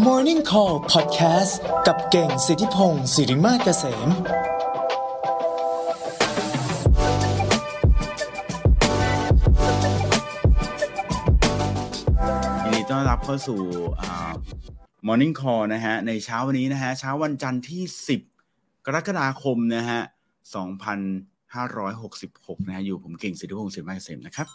Morning Call Podcast กับเก่งสิทธิพงศ์สิริมาศเกษมยินดีต้อนรับเข้าสู่Morning Call นะฮะในเช้าวันนี้นะฮะเช้าวันจันทร์ที่10กรกฎาคมนะฮะ2566นะฮะอยู่ผมเก่งสิทธิพงศ์สิริมาศเกษมนะครับ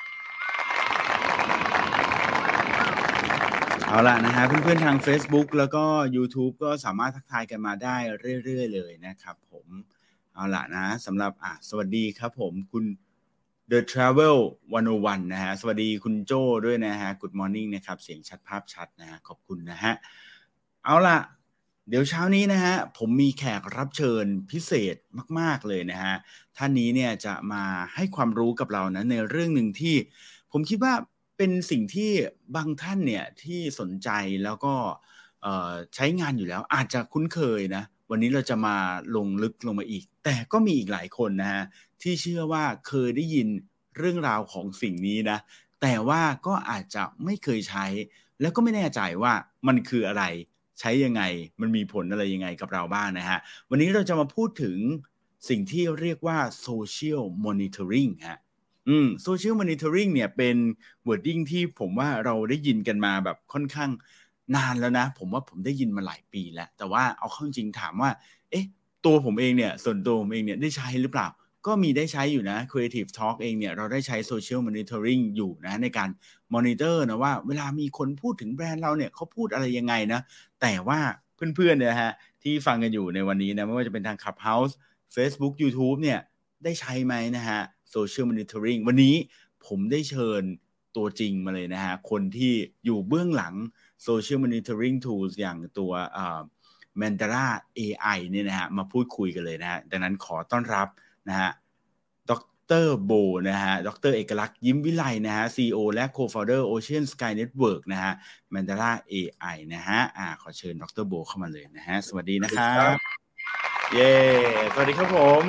เอาล่ะนะฮะเพื่อนๆทาง Facebook แล้วก็ YouTube ก็สามารถทักทายกันมาได้เรื่อยๆเลยนะครับผมเอาล่ะนะสำหรับสวัสดีครับผมคุณ The Travel 101นะฮะสวัสดีคุณโจ้ด้วยนะฮะ Good morning นะครับเสียงชัดภาพชัดนะฮะขอบคุณนะฮะเอาล่ะเดี๋ยวเช้านี้นะฮะผมมีแขกรับเชิญพิเศษมากๆเลยนะฮะท่านนี้เนี่ยจะมาให้ความรู้กับเรานะในเรื่องหนึ่งที่ผมคิดว่าเป็นสิ่งที่บางท่านเนี่ยที่สนใจแล้วก็ใช้งานอยู่แล้วอาจจะคุ้นเคยนะวันนี้เราจะมาลงลึกลงมาอีกแต่ก็มีอีกหลายคนนะฮะที่เชื่อว่าเคยได้ยินเรื่องราวของสิ่งนี้นะแต่ว่าก็อาจจะไม่เคยใช้แล้วก็ไม่แน่ใจว่ามันคืออะไรใช้ยังไงมันมีผลอะไรยังไงกับเราบ้างนะฮะวันนี้เราจะมาพูดถึงสิ่งที่เรียกว่า social monitoring ฮะsocial monitoring เนี่ยเป็น wording ที่ผมว่าเราได้ยินกันมาแบบค่อนข้างนานแล้วนะผมว่าผมได้ยินมาหลายปีแล้วแต่ว่าเอาเข้าจริงถามว่าตัวผมเองเนี่ยส่วนตัวผมเองเนี่ยได้ใช้หรือเปล่าก็มีได้ใช้อยู่นะ Creative Talk เองเนี่ยเราได้ใช้ social monitoring อยู่นะในการ monitor นะว่าเวลามีคนพูดถึงแบรนด์เราเนี่ยเขาพูดอะไรยังไงนะแต่ว่าเพื่อนๆเนี่ยฮะที่ฟังกันอยู่ในวันนี้นะไม่ว่าจะเป็นทาง Clubhouse Facebook YouTube เนี่ยได้ใช้ไหมนะฮะ social monitoring วันนี้ผมได้เชิญตัวจริงมาเลยนะฮะคนที่อยู่เบื้องหลัง social monitoring tools อย่างตัวMandala AI เนี่ยนะฮะมาพูดคุยกันเลยนะฮะดังนั้นขอต้อนรับนะฮะดร.โบนะฮะดร.เอกลักษณ์ยิ้มวิไลนะฮะ CEO และ Co-founder Ocean Sky Network นะฮะ Mandala AI นะฮะขอเชิญดร.โบเข้ามาเลยนะฮะสวัสดีนะครับเย้สวัสดีครับผม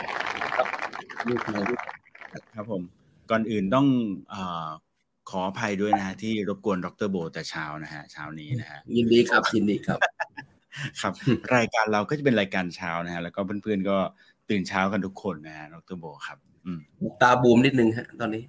ครับผมก่อนอื่นต้องขออภัยด้วยนะฮะที่รบกวนดร.โบแต่เช้านะฮะเช้านี้นะฮะยินดีครับยินดีครับครับรายการเราก็จะเป็นรายการเช้านะฮะแล้วก็เพื่อนๆก็ตื่นเช้ากันทุกคนนะฮะดร.โบครับตาบูมนิดนึงฮะตอนนี้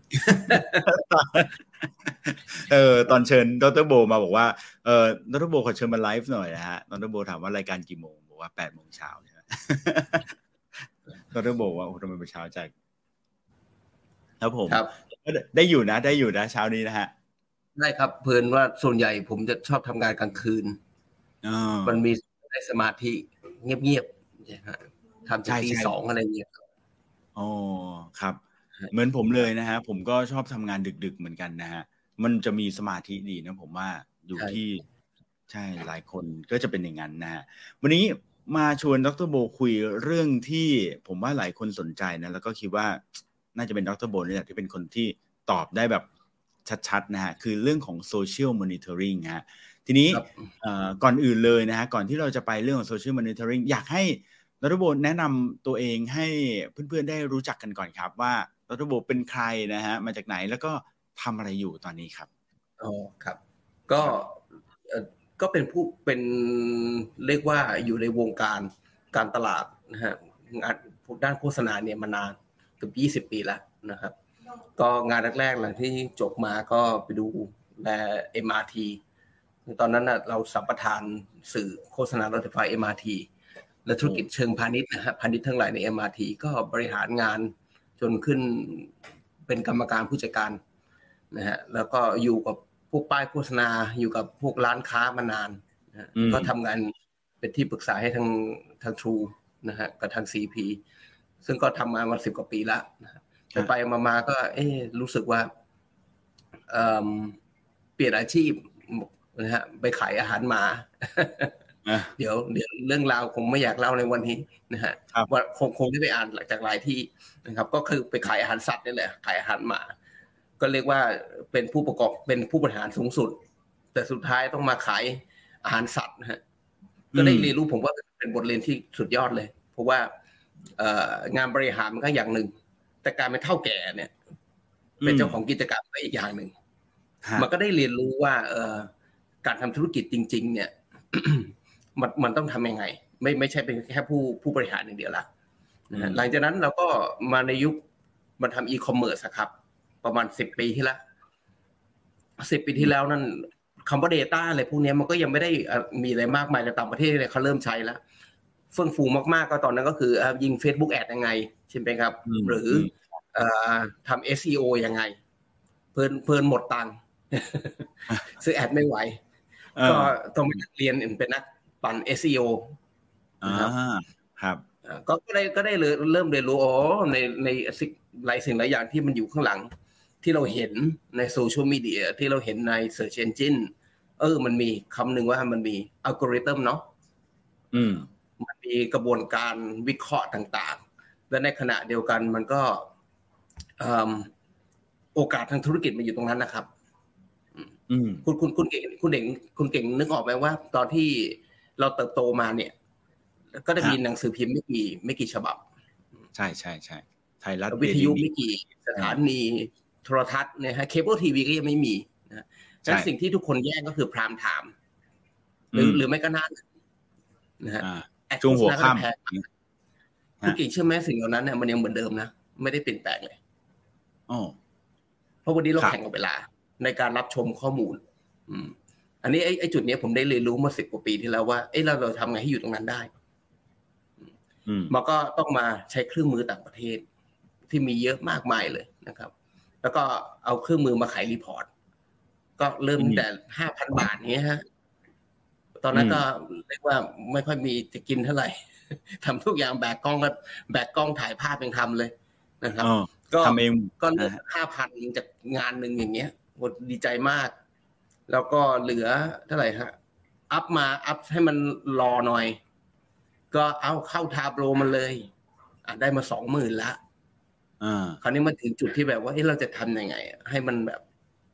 ตอนเชิญดร.โบมาบอกว่าดร.โบขอเชิญมาไลฟ์หน่อยนะฮะดร.โบถามว่ารายการกี่โมงบอกว่า 8:00 นเช้าใช่ไหมดร.โบว่าโอ้ทำไมเป็นเช้าจังครับผมได้อยู่นะเช้านี้นะฮะได้ครับเพิ่นว่าส่วนใหญ่ผมจะชอบทำงานกลางคืนมันมีได้สมาธิเงียบๆทำถึงตี 2อะไรเงี้ยอ๋อครับเหมือนผมเลยนะฮะผมก็ชอบทำงานดึกๆเหมือนกันนะฮะมันจะมีสมาธิดีนะผมว่าอยู่ที่ใช่หลายคนก็จะเป็นอย่างนั้นนะฮะวันนี้มาชวนดร.โบคุยเรื่องที่ผมว่าหลายคนสนใจนะแล้วก็คิดว่าน่าจะเป็นดร.โบนี่แหละที่เป็นคนที่ตอบได้แบบชัดๆนะฮะคือเรื่องของ social monitoring ฮะทีนี้ก่อนอื่นเลยนะฮะก่อนที่เราจะไปเรื่องของ social monitoring อยากให้ดร.โบแนะนำตัวเองให้เพื่อนๆได้รู้จักกันก่อนครับว่าดร.โบเป็นใครนะฮะมาจากไหนแล้วก็ทำอะไรอยู่ตอนนี้ครับครับก็เป็นเรียกว่าอยู่ในวงการตลาดนะฮะงานด้านโฆษณาเนี่ยมานานเกือบ20 ปีแล้วนะครับก็งานแรกๆหลังที่จบมาก็ไปดูแล MRT ตอนนั้นน่ะเราสัมปทานสื่อโฆษณารถไฟฟ้า MRT และธุรกิจเชิงพาณิชย์นะฮะพาณิชย์ทั้งหลายใน MRT ก็บริหารงานจนขึ้นเป็นกรรมการผู้จัดการนะฮะแล้วก็อยู่กับพวกป้ายโฆษณาอยู่กับพวกร้านค้ามานานนะก็ทำงานเป็นที่ปรึกษาให้ทาง True นะฮะกับทาง CP ซึ่งก็ทำมา10 กว่าปีแล้วนะไปมาก็รู้สึกว่าเปลี่ยนอาชีพนะฮะไปขายอาหารหมาเดี๋ยวเรื่องราวคงไม่อยากเล่าในวันนี้นะฮะว่าคงได้ไปอ่านจากหลายที่นะครับก็คือไปขายอาหารสัตว์นี่แหละขายอาหารหมาก็เรียกว่าเป็นผู้ประกอบเป็นผู้บริหารสูงสุดแต่สุดท้ายต้องมาขายอาหารสัตว์นะฮะก็ได้เรียนรู้ผมว่าเป็นบทเรียนที่สุดยอดเลยเพราะว่างานบริหารมันก็อย่างหนึ่งแต่การเป็นเฒ่าแก่เนี่ยเป็นเจ้าของกิจการก็อีกอย่างหนึ่งมันก็ได้เรียนรู้ว่าการทำธุรกิจจริงๆเนี่ย มันต้องทำยังไงไม่ใช่เป็นแค่ผู้บริหารอย่างเดียวละนะฮะหลังจากนั้นเราก็มาในยุคมันทำอีคอมเมิร์ซครับประมาณ10 ปีที่แล้ว10 ปีที่แล้วนั่นคำว่า data อะไรพวกนี้มันก็ยังไม่ได้มีอะไรมากมายในต่างประเทศเลยเขาเริ่มใช้แล้วเฟื่องฟูมากๆก็ตอนนั้นก็คือยิง Facebook Ad ยังไงใช่ไหมครับหรือทำ SEO ยังไงเพลินหมดตังค์ ซื้อแอดไม่ไหวก็ต้องไปเรียนเป็นนักปั่น SEO ครับก็ได้เริ่มเรียนรู้ในหลายสิ่งหลายอย่างที่มันอยู่ข้างหลังที่เราเห็นในโซเชียลมีเดียที่เราเห็นใน Search Engine มันมีคำหนึ่งว่ามันมีอัลกอริทึมเนาะมันมีกระบวนการวิเคราะห์ต่างๆและในขณะเดียวกันมันก็โอกาสทางธุรกิจมันอยู่ตรงนั้นนะครับคุณเก่งนึกออกไหมว่าตอนที่เราเติบโตมาเนี่ยก็จะมีหนังสือพิมพ์ไม่กี่ฉบับใช่ใช่ใช่ไทยรัฐวิทยุไม่กี่สถานีโทรทัศน์เนี่ยฮะเคเบิลทีวีก็ยังไม่มีนะฉะนั้นสิ่งที่ทุกคนแย่งก็คือพรามไทม์หรือไม่ก็น่านะฮะช่วงหัวค่ำคุณเก่งเชื่อไหมสิ่งเหล่านั้นเนี่ยมันยังเหมือนเดิมนะไม่ได้เปลี่ยนแปลงเลยเพราะวันนี้เราแข่งกับเวลาในการรับชมข้อมูลอันนี้ไอ้จุดนี้ผมได้เรียนรู้มา10 กว่าปีที่แล้วว่าเราทำไงให้อยู่ตรงนั้นได้มันก็ต้องมาใช้เครื่องมือต่างประเทศที่มีเยอะมากมายเลยนะครับแล้วก็เอาเครื่องมือมาขายรีพอร์ตก็เริ่มแต่ 5,000 บาทนี้ฮะตอนนั้นก็เรียกว่าไม่ค่อยมีจะกินเท่าไหร่ทำทุกอย่างแบกกล้องถ่ายภาพยังทำเลยนะครับก็ทำเองก็เริ่ม 5,000 จากงานหนึ่งอย่างเงี้ยดีใจมากแล้วก็เหลือเท่าไหร่ฮะอัพให้มันรอหน่อยก็เอาเข้าทาโบรมันเลยได้มา 20,000 ละคราวนี้มาถึงจุดที่แบบว่าเราจะทำยังไงให้มันแบบ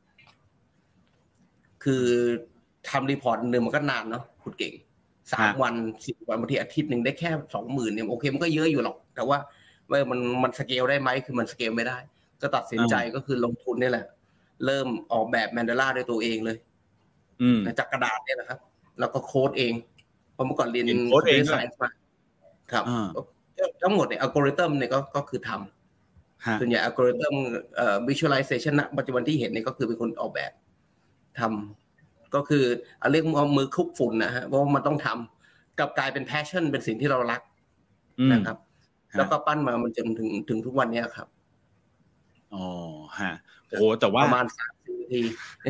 คือทำรีพอร์ตนึงมันก็นานเนาะคุณเก่ง3 วัน10 วันบางทีอาทิตย์นึงได้แค่ 20,000 เนี่ยโอเคมันก็เยอะอยู่หรอกแต่ว่ามันสเกลได้ไหมคือมันสเกลไม่ได้ก็ตัดสินใจก็คือลงทุนนี่แหละเริ่มออกแบบแมนเดล่าด้วยตัวเองเลยจากกระดาษเนี่ยนะครับแล้วก็โค้ดเองเพราะเมื่อก่อนเรียนโค้ดเองมาครับทั้งหมดเนี่ยอัลกอริทึมเนี่ยก็คือทำส่วนใหญ่อัลกอริทึมvisualization ณปัจจุบันที่เห็นเนี่ยก็คือเป็นคนออกแบบทำก็คือเรียกเอามือคลุกฝุ่นนะฮะเพราะว่ามันต้องทำกับกลายเป็น passion เป็นสิ่งที่เรารักนะครับแล้วก็ปั้นมามันจนถึงทุกวันนี้ครับฮะโอ้แต่ว่าประมาณ30 นาที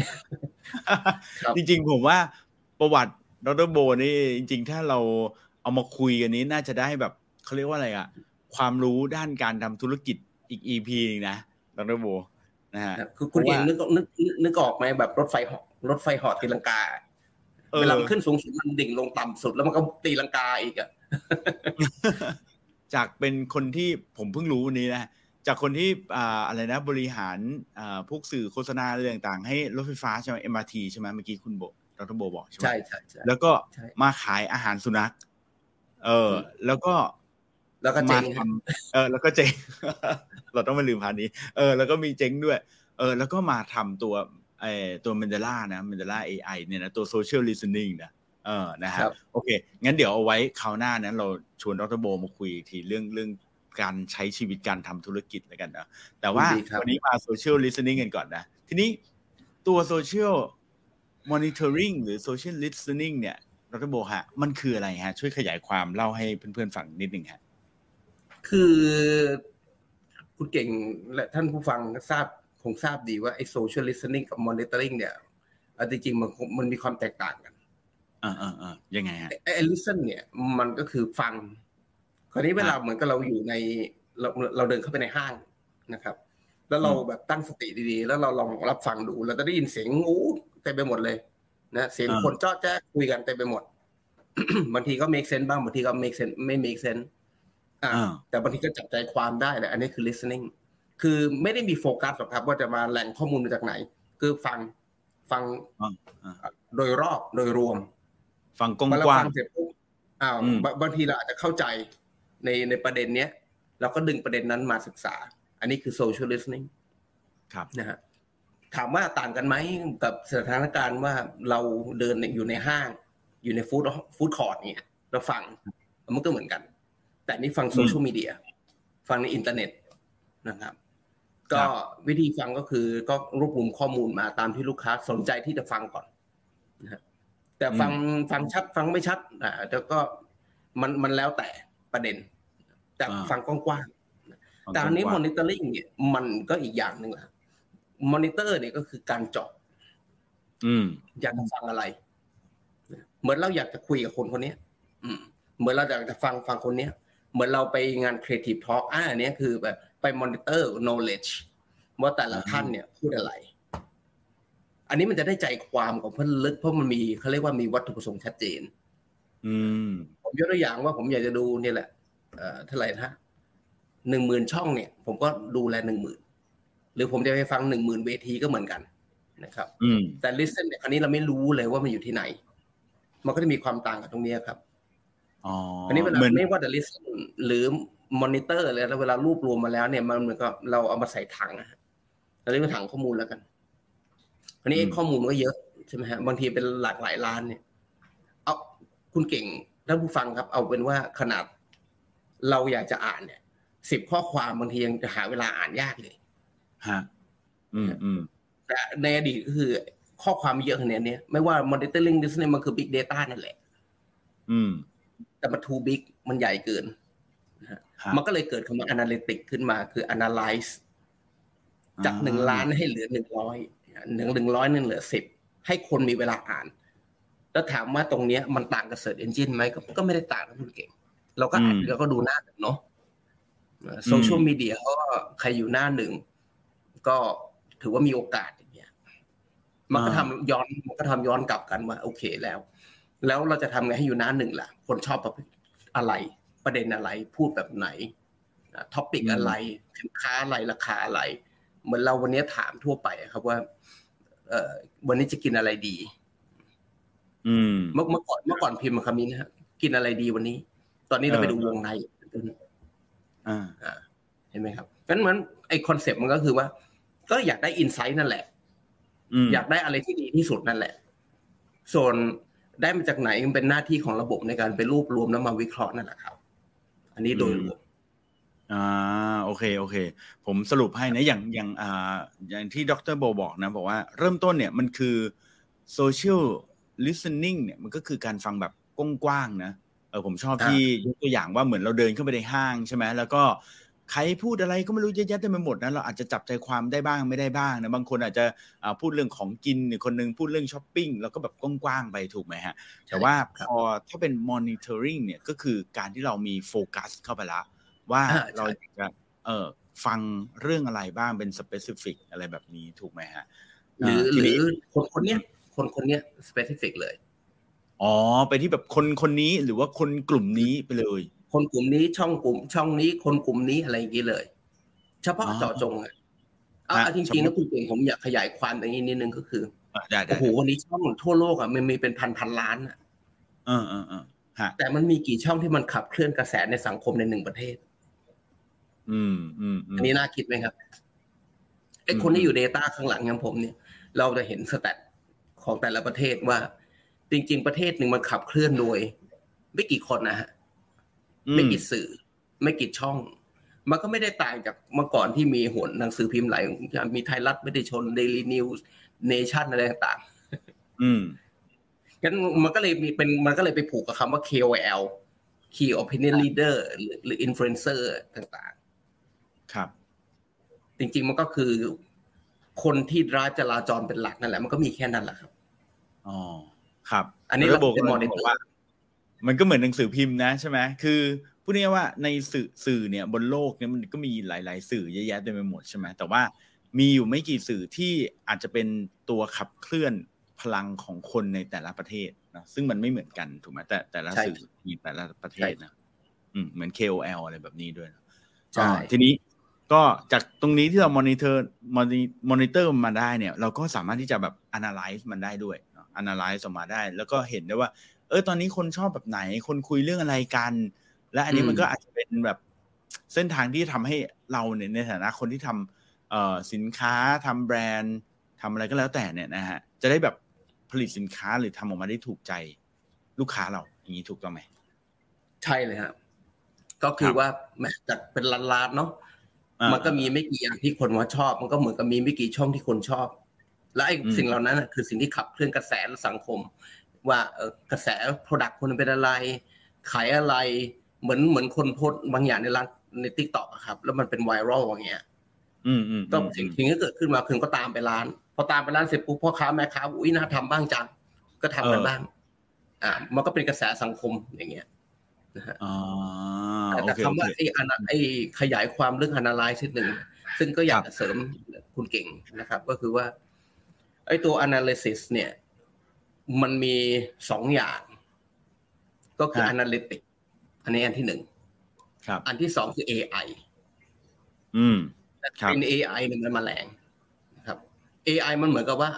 จริงๆผมว่าประวัติดร.โบนี่จริงๆถ้าเราเอามาคุยกันนี้น่าจะได้แบบเขาเรียกว่าอะไรอะความรู้ด้านการทำธุรกิจอีก EP นึงนะดร.โบนะฮะคือคุณเองนึกออกไหมแบบรถไฟเหาะตีลังกาเวลาขึ้นสูงสุดมันดิ่งลงต่ำสุดแล้วมันก็ตีลังกาอีกอ่ะจากเป็นคนที่ผมเพิ่งรู้วันนี้นะจากคนที่อะไรนะบริหารพวกสื่อโฆษณาอะไรต่างๆให้รถไฟฟ้าใช่ไหม MRT ใช่ไหมเมื่อกี้คุณดร.โบบอกใช่ไหมใช่แล้วก็มาขายอาหารสุนัขแล้วก็เจ๊งแล้วก็เจ๊งเราต้องไม่ลืมพาร์ทนี้แล้วก็มีเจ๊งด้วยแล้วก็มาทำตัวMandala นะ Mandala AI เนี่ยนะตัว Social Listening นะฮะโอเคงั้นเดี๋ยวเอาไว้คราวหน้านั้นเราชวนดร.โบมาคุยอีกทีเรื่องการใช้ชีวิตการทำธุรกิจแล้วกันนะแต่ว่าวันนี้มา Social Listening กันก่อนนะทีนี้ตัว Social Monitoring หรือ Social Listening เนี่ยดร.โบฮะมันคืออะไรฮะช่วยขยายความเล่าให้เพื่อนๆฟังนิดนึงฮะคือคุณเก่งและท่านผู้ฟังคงทราบดีว่าไอ้ Social Listening กับ Monitoring เนี่ยจริงๆมันมีความแตกต่างกันยังไงฮะไอ้ listen เนี่ยมันก็คือฟังคราวนี้เวลาเหมือนกับเราอยู่ในเราเดินเข้าไปในห้างนะครับแล้วเราแบบตั้งสติดีๆแล้วเราลองรับฟังดูเราจะได้ยินเสียงเต็มไปหมดเลยนะเสียงคนเจาะแจ๊กคุยกันเต็มไปหมด บางทีก็ make sense บ้างบางทีก็ make sense ไม่ make sense แต่บางทีก็จับใจความได้แหละอันนี้คือ listening คือไม่ได้มีโฟกัสหรอกครับว่าจะมาแหล่งข้อมูลมาจากไหนคือฟังโดยรอบโดยรวมฟังกว้างๆเสร็จปุ๊บบางทีเราอาจจะเข้าใจในประเด็นเนี้ยเราก็ดึงประเด็นนั้นมาศึกษาอันนี้คือ social listening ครับนะฮะถามว่าต่างกันไหมกับสถานการณ์ว่าเราเดินอยู่ในห้างอยู่ในฟู้ดคอร์ทเนี่ยเราฟังมันก็เหมือนกันแต่นี่ฟังโซเชียลมีเดียฟังในอินเทอร์เน็ตนะครับก็วิธีฟังก็คือก็รวบรวมข้อมูลมาตามที่ลูกค้าสนใจที่จะฟังก่อนนะแต่ฟังชัดฟังไม่ชัดแต่ก็มันแล้วแต่ประเด็นแต่ฟังกว้างๆแต่อันนี้ monitoring เนี่ยมันก็อีกอย่างนึงแหละมอนิเตอร์เนี่ยก็คือการเจาะอยากจะฟังอะไรเหมือนเราอยากจะคุยกับคนคนนี้เหมือนเราอยากจะฟังคนนี้เหมือนเราไปงาน Creative Talk อันนี้คือแบบไปมอนิเตอร์ knowledge ว่าแต่ละท่านเนี่ยพูดอะไรอันนี้มันจะได้ใจความของเพิ่นลึกเพราะมันมีเขาเรียกว่ามีวัตถุประสงค์ชัดเจนผมยกตัวอย่างว่าผมอยากจะดูนี่แหละเท่าไหร่นะ 10,000 ช่องเนี่ยผมก็ดูแล 10,000 หรือผมจะไปฟัง 10,000 เวทีก็เหมือนกันนะครับแต่ listen เนี่ยคราวนี้เราไม่รู้เลยว่ามันอยู่ที่ไหนมันก็จะมีความต่างกันตรงนี้ครับอันนี้เวลาไม่ว่าจะ listen หรือ monitor อะไรแล้วเวลารวบรวมมาแล้วเนี่ยมันเหมือนกับเราเอามาใส่ถังนะเราเรียกว่าถังข้อมูลแล้วกันอันนี้ข้อมูลก็เยอะใช่ไหมฮะบางทีเป็นหลากหลายล้านเนี่ยเอาคุณเก่งท่านผู้ฟังครับเอาเป็นว่าขนาดเราอยากจะอ่านเนี่ย10 ข้อความบางทียังจะหาเวลาอ่านยากเลยฮะแต่ในอดีตก็คือข้อความเยอะขนาดนี้ไม่ว่า monitoring this เนี่ยมันคือ big data นั่นแหละแต่มัน too big มันใหญ่เกินมันก็เลยเกิดคำว่า analytic ขึ้นมาคือ analyze จาก1 ล้านให้เหลือ100นึงเหลือ10ให้คนมีเวลาอ่านแล้วถามว่าตรงเนี้ยมันต่างกับ search engine ไหมก็ไม่ได้ต่างนะคุณเก่งเราก็อ่านแล้วก็ดูหน้าเนาะโซเชียลมีเดียก็ใครอยู่หน้าหนึ่งก็ถือว่ามีโอกาสอย่างเงี้ยมันก็ทำย้อนกลับกันว่าโอเคแล้วเราจะทำไงให้อยู่หน้าหนึ่งล่ะคนชอบอะไรประเด็นอะไรพูดแบบไหนท็อปิกอะไรสินค้าอะไรราคาอะไรเหมือนเราวันนี้ถามทั่วไปครับว่าวันนี้จะกินอะไรดีเมื่อก่อนพิมพ์มาคำนี้นะฮะกินอะไรดีวันนี้ตอนนี้เราไปดูวงในเห็นไหมครับงั้นเหมือนไอ้คอนเซ็ปต์มันก็คือว่าก็อยากได้อินไซต์นั่นแหละอยากได้อะไรที่ดีที่สุดนั่นแหละส่วนได้มาจากไหนมันเป็นหน้าที่ของระบบในการไปรวบรวมแล้วมาวิเคราะห์นั่นแหละครับอันนี้โดยรวมโอเคผมสรุปให้นะอย่างที่ดร.โบบอกนะบอกว่าเริ่มต้นเนี่ยมันคือ social listening เนี่ยมันก็คือการฟังแบบกว้างๆนะผมชอบที่ยกตัวอย่างว่าเหมือนเราเดินเข้าไปในห้างใช่ไหมแล้วก็ใครพูดอะไรก็ไม่รู้เยอะแยะเต็มไปหมดนะเราอาจจะจับใจความได้บ้างไม่ได้บ้างนะบางคนอาจจะพูดเรื่องของกินคนนึงพูดเรื่องช้อปปิ้งแล้วก็แบบกว้างๆไปถูกไหมฮะแต่ว่าพอถ้าเป็น monitoring เนี่ยก็คือการที่เรามีโฟกัสเข้าไปแล้วว่าเราจะฟังเรื่องอะไรบ้างเป็น specific อะไรแบบนี้ถูกไหมฮะหรือคนเนี้ย specific เลยไปที่แบบคนนี้หรือว่าคนกลุ่มนี้ไปเลยคนกลุ่มนี้ช่องนี้คนกลุ่มนี้อะไรอย่างนี้เลยเฉพาะเจาะจงจริงๆแล้วคุณเก่งผมอยากขยายความตรงนี้นิดนึงก็คือโอ้โหวันนี้ช่องทั่วโลกมันมีเป็นพันล้านแต่มันมีกี่ช่องที่มันขับเคลื่อนกระแสในสังคมใน1ประเทศอันนี้น่าคิดไหมครับไอ้คนที่อยู่ data ข้างหลังอย่างผมเนี่ยเราจะเห็นสแตทของแต่ละประเทศว่าจริงๆประเทศหนึ่งมันขับเคลื่อนโดยไม่กี่คนนะฮะไม่กี่สื่อไม่กี่ช่องมันก็ไม่ได้ต่างจากเมื่อก่อนที่มีหนังสือพิมพ์หลายมีไทยรัฐมติชน Daily News Nation อะไรต่างๆงั้นมันก็เลยไปผูกกับคำว่า KOL Key Opinion Leader หรือ Influencer ต่างๆครับจริงๆมันก็คือคนที่ร้ายจราจรเป็นหลักนั่นแหละมันก็มีแค่นั้นแหละครับครับอันนี้เราเป็นมอนิเตอร์ว่ามันก็เหมือนหนังสือพิมพ์นะใช่ไหมคือพูดง่ายๆว่าในสื่อเนี่ยบนโลกเนี่ยมันก็มีหลายๆสื่อเยอะแยะเต็มไปหมดใช่ไหมแต่ว่ามีอยู่ไม่กี่สื่อที่อาจจะเป็นตัวขับเคลื่อนพลังของคนในแต่ละประเทศนะซึ่งมันไม่เหมือนกันถูกไหมแต่ละสื่อมีแต่ละประเทศนะเหมือน KOL อะไรแบบนี้ด้วยใช่ทีนี้ก็จากตรงนี้ที่เรามอนิเตอร์มาได้เนี่ยเราก็สามารถที่จะแบบ analyze มันได้ด้วย analyze ออกมาได้แล้วก็เห็นได้ว่าตอนนี้คนชอบแบบไหนคนคุยเรื่องอะไรกันและอันนี้มันก็อาจจะเป็นแบบเส้นทางที่ทำให้เราเนี่ยในฐานะคนที่ทำสินค้าทำแบรนด์ทำอะไรก็แล้วแต่เนี่ยนะฮะจะได้แบบผลิตสินค้าหรือทำออกมาได้ถูกใจลูกค้าเราอย่างนี้ถูกต้องไหมใช่เลยครับก็คือว่าแม้จากเป็นล้านๆเนาะมันก็มีไม่กี่อย่างที่คนว่าชอบมันก็เหมือนกับมีไม่กี่ช่องที่คนชอบและไอ้สิ่งเหล่านั้นคือสิ่งที่ขับเคลื่อนกระแสสังคมว่ากระแส product คนเป็นอะไรขายอะไรเหมือนคนโพสต์บางอย่างในร้านใน TikTok อะครับแล้วมันเป็นไวรัลอย่างเงี้ยก็สิ่งที่เกิดขึ้นมาคือก็ตามไปร้านพอตามไปร้านเสร็จปุ๊บพ่อค้าแม่ค้าอุ้ยน่าทำบ้างจังก็ทำกันบ้างมันก็เป็นกระแสสังคมอย่างเงี้ยนะฮะแต่คำว่าไอ้ขยายความเรื่อง analyze นิดนึงซึ่งก็อยากจะเสริมคุณเก่งนะครับก็คือว่าไอ้ตัว analysis เนี่ยมันมี2อย่างก็คือ analytic อันนี้อันที่1อันที่2คือ AI เป็น AI เนี่ยมันมาแรงนะครับ AI มันเหมือนกับว่า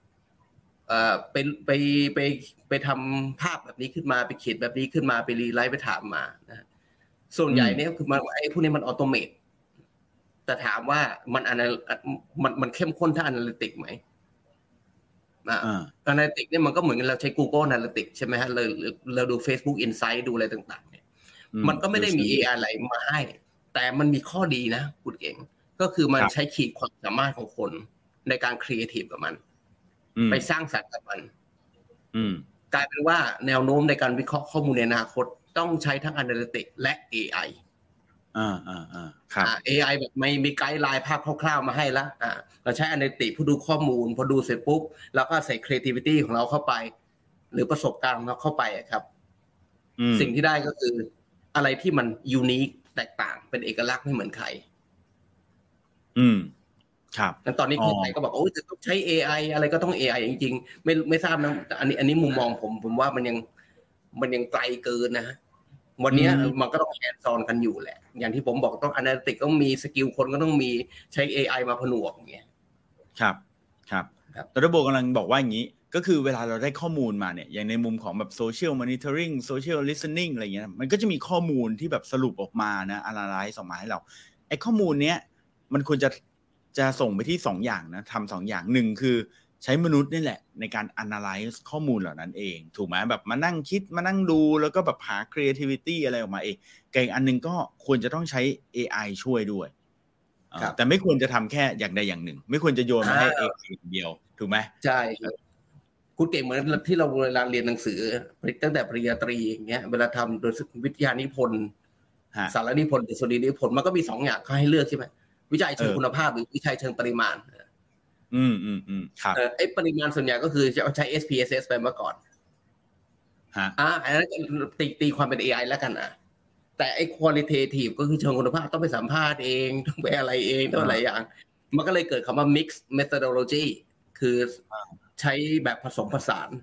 ไปทำภาพแบบนี้ขึ้นมาไปเขียนแบบนี้ขึ้นมาไปรีไลท์ไปถามมานะส่วนใหญ่เนี่ยคือมันไอ้พวกนี้มันออโตเมตแต่ถามว่ามันเข้มข้นถ้า analytic ไหมanalytic เนี่ยมันก็เหมือนเราใช้ Google Analytics ใช่ไหมฮะเราดู Facebook Insight ดูอะไรต่างๆเนี่ยมันก็ไม่ได้มี AI อะไรมาให้แต่มันมีข้อดีนะพูดเก่งก็คือมันใช้ขีดความสามารถของคนในการครีเอทีฟกับมันไปสร้างสรรค์กับมันกลายเป็นว่าแนวโน้มในการวิเคราะห์ข้อมูลในอนาคตต้องใช้ทั้ง Analytics และ AI AI แบบไม่มีไกด์ไลน์ภาพคร่าวๆมาให้ละเราใช้ Analytics ผู้ดูข้อมูลพอดูเสร็จปุ๊บแล้วก็ใส่ creativity ของเราเข้าไปหรือประสบการณ์ของเราเข้าไปครับสิ่งที่ได้ก็คืออะไรที่มัน unique แตกต่างเป็นเอกลักษณ์ไม่เหมือนใครครับตอนนี้ใครก็บอกโอ้จะต้องใช้ AI อะไรก็ต้อง AI จริงๆไม่ทราบนะอันนี้มุมมองผมว่ามันยังไกลเกินนะฮะวันนี้มันก็ต้องแฮนด์ซอนกันอยู่แหละอย่างที่ผมบอกต้อง analytics ต้องมีสกิลคนก็ต้องมีใช้ AI มาผนวกอย่างเงี้ยครับตระบบกำลังบอกว่าอย่างนี้ก็คือเวลาเราได้ข้อมูลมาเนี่ยอย่างในมุมของแบบ social monitoring social listening อะไรเงี้ยมันก็จะมีข้อมูลที่แบบสรุปออกมานะ analyze ออกมาให้เราไอ้ข้อมูลเนี้ยมันควรจะส่งไปที่2อย่างนะทำ2อย่าง1คือใช้มนุษย์นี่แหละในการ analyze ข้อมูลเหล่านั้นเองถูกไหมแบบมานั่งคิดมานั่งดูแล้วก็แบบหา creativity อะไรออกมาเองแต่อีกอันนึงก็ควรจะต้องใช้ AI ช่วยด้วยแต่ไม่ควรจะทำแค่อย่างใดอย่างหนึ่งไม่ควรจะโยนมาให้ AI อย่างเดียวถูกไหมใช่ครับคุณเก่งเหมือนที่เราเวลาเรียนหนังสือตั้งแต่ปริญญาตรีอย่างเงี้ยเวลาทำโดยวิทยานิพนธ์สารนิพนธ์หรือสดุนิพนธ์มันก็มี2อย่างเขาให้เลือกใช่ไหมวิจัยเชิงคุณภาพหรือวิจัยเชิงปริมาณครับไอ้ปริมาณส่วนใหญ่ก็คือจะใช้ SPSS ไปเมื่อก่อนอันนั้นตีความเป็น AI แล้วกันแต่ไอ้ qualitative ก็คือเชิงคุณภาพต้องไปสัมภาษณ์เองต้องไปอะไรเองต้องอะไรอย่างมันก็เลยเกิดคำว่า mixed methodology คือใช้แบบผสมผสาน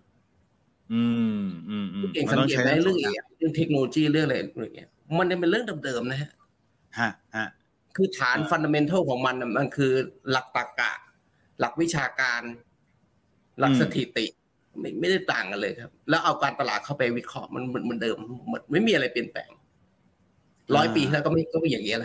เก่งสังเกตไหมเรื่อง AI เรื่องเทคโนโลยีเรื่องอะไรอย่างเงี้ยมันเป็นเรื่องเดิมๆนะฮะคือฐานฟันดาเมนทัลของมันคือหลักตรรกะหลักวิชาการหลักสถิติไม่ได้ต่างกันเลยครับแล้วเอาการตลาดเข้าไปวิเคราะห์มันเหมือนเดิมไม่มีอะไรเปลี่ยนแปลง100 ปีแล้วก็ไม่อย่างนี้แหละ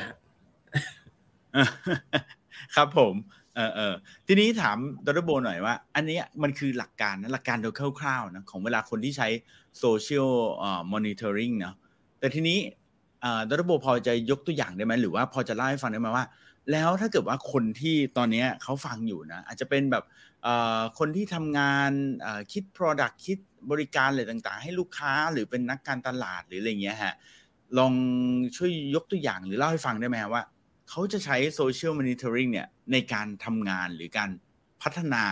ครับผมทีนี้ถามดร.โบหน่อยว่าอันนี้มันคือหลักการโดยคร่าวๆนะของเวลาคนที่ใช้โซเชียลmonitoring เนาะแต่ทีนี้ดร.โบพอจะยกตัวอย่างได้ไหมหรือว่าพอจะเล่าให้ฟังได้ไหมว่าแล้วถ้าเกิดว่าคนที่ตอนนี้เขาฟังอยู่นะอาจจะเป็นแบบคนที่ทำงานคิด product คิดบริการอะไรต่างๆให้ลูกค้าหรือเป็นนักการตลาดหรืออะไรเงี้ยฮะลองช่วยยกตัวอย่างหรือเล่าให้ฟังได้ไหมว่าเขาจะใช้ social monitoring เนี่ยในการทำงานหรือการพัฒนา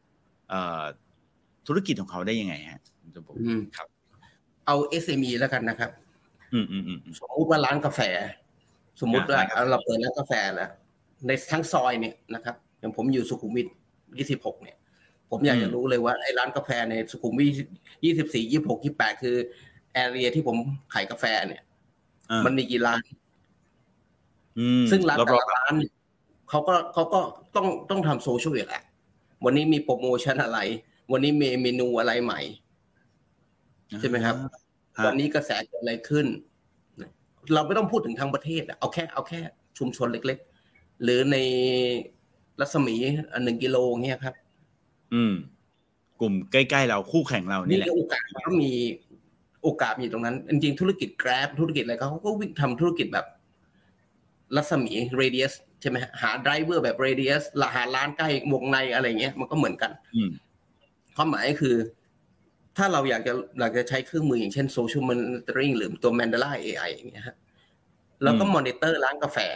ธุรกิจของเขาได้ยังไงฮะครับเอา SME แล้วกันนะครับสมมติว่าร้านกาแฟสมมติว่าเราเปิดร้านกาแฟแล้วในทั้งซอยเนี่ยนะครับอย่างผมอยู่สุขุมวิท26เนี่ยผมอยากจะรู้เลยว่าไอ้ร้านกาแฟในสุขุมวิท24 26 28คือแอเรียที่ผมขายกาแฟเนี่ยมันมีกี่ร้านซึ่งร้านแต่ละร้านเขาก็ต้องทำโซเชียลแหละวันนี้มีโปรโมชั่นอะไรวันนี้มีเมนูอะไรใหม่ใช่ไหมครับวันนี้กระแสเกิดอะไรขึ้นเราไม่ต้องพูดถึงทั้งประเทศเอาแค่ชุมชนเล็กๆหรือในรัศมี1 กิโลเงี้ยครับกลุ่มใกล้ๆเราคู่แข่งเรานี่แหละโอกาสก็มีโอกาสมีตรงนั้นจริงๆธุรกิจ Grab ธุรกิจอะไรเขาก็วิ่งทำธุรกิจแบบรัศมี radius ใช่ไหมหา driver แบบ radius หาร้านใกล้วงในอะไรเงี้ยมันก็เหมือนกันความหมายคือถ้าเราอยากจะใช้เครื่องมืออย่างเช่น social monitoring หรือตัว Mandala AI อย่างเงี้ยฮะแล้วก็มอนิเตอร์ร้านกาแฟ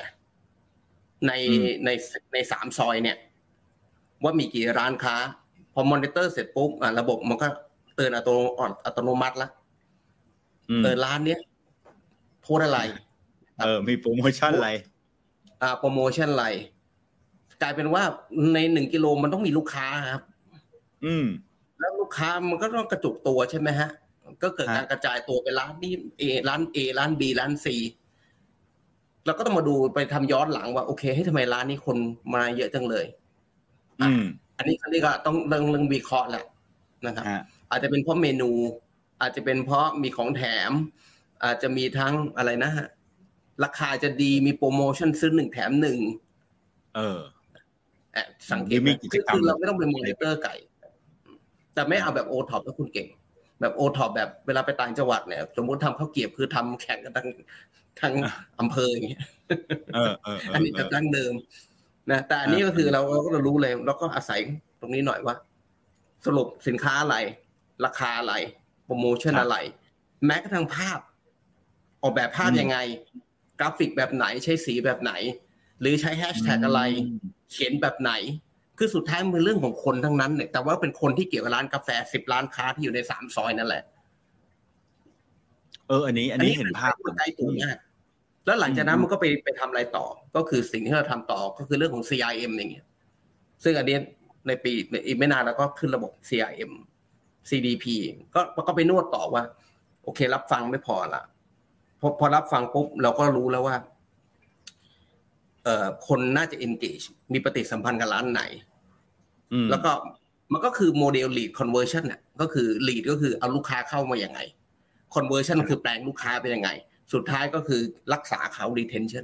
ใน3ซอยเนี่ยว่ามีกี่ร้านค้าพอมอนิเตอร์เสร็จปุ๊บระบบมันก็เตือนอัตโนมัติละร้านเนี้ยโพสอะไรมีโปรโมชั่นอะไรโปรโมชั่นอะไรกลายเป็นว่าใน1กิโลมันต้องมีลูกค้าครับแล้วลูกค้ามันก็ต้องกระจุกตัวใช่ไหมฮะก็เกิดการกระจายตัวไปร้านนี้ร้าน A ร้าน B ร้าน C เราก็ต้องมาดูไปทำย้อนหลังว่าโอเคให้ทำไมร้านนี้คนมาเยอะจังเลยอันนี้เขาเรียกว่าต้องเรื่องวิเคราะห์แหละนะครับอาจจะเป็นเพราะเมนูอาจจะเป็นเพราะมีของแถมอาจจะมีทั้งอะไรนะฮะราคาจะดีมีโปรโมชั่นซื้อ1แถม1สังเกตคือเราไม่ต้องเป็นมอนิเตอร์ไก่แต่ไม่เอาแบบโอท็อปแล้วคุณเก่งแบบโอท็อปแบบเวลาไปต่างจังหวัดเนี่ยสมมติทำข้าวเกรี๊ยวคือทำแข่งกันทั้งอำเภออย่างเงี้ยอันนี้จะตั้งเดิมนะแต่อันนี้ก็คือเราก็รู้เลยเราก็อาศัยตรงนี้หน่อยว่าสรุปสินค้าอะไรราคาอะไรโปรโมชั่นอะไรแม้กระทั่งภาพออกแบบภาพยังไงกราฟิกแบบไหนใช้สีแบบไหนหรือใช้แฮชแท็กอะไรเขียนแบบไหนคือสุดท้ายมันเป็นเรื่องของคนทั้งนั้นเนี่ยแต่ว่าเป็นคนที่เกี่ยวกับร้านกาแฟ10ร้านค้าที่อยู่ใน3ซอยนั่นแหละอันนี้เห็นภาพใกล้ตัวมากแล้วหลังจากนั้นมันก็ไปทำอะไรต่อก็คือสิ่งที่เราทำต่อก็คือเรื่องของ CRM อย่างเงี้ยซึ่งอันนี้ในปีอีกไม่นานแล้วก็ขึ้นระบบ CRM CDP ก็ไปนวดต่อว่าโอเครับฟังไม่พอละพอรับฟังปุ๊บเราก็รู้แล้วว่าคนน่าจะ engage มีปฏิสัมพันธ์กับร้านไหนแล้วก็มันก็คือโมเดล lead conversion น่ะก็คือ lead ก็คือเอาลูกค้าเข้ามายังไง conversion คือแปลงลูกค้าเป็นยังไงสุดท้ายก็คือรักษาเขา retention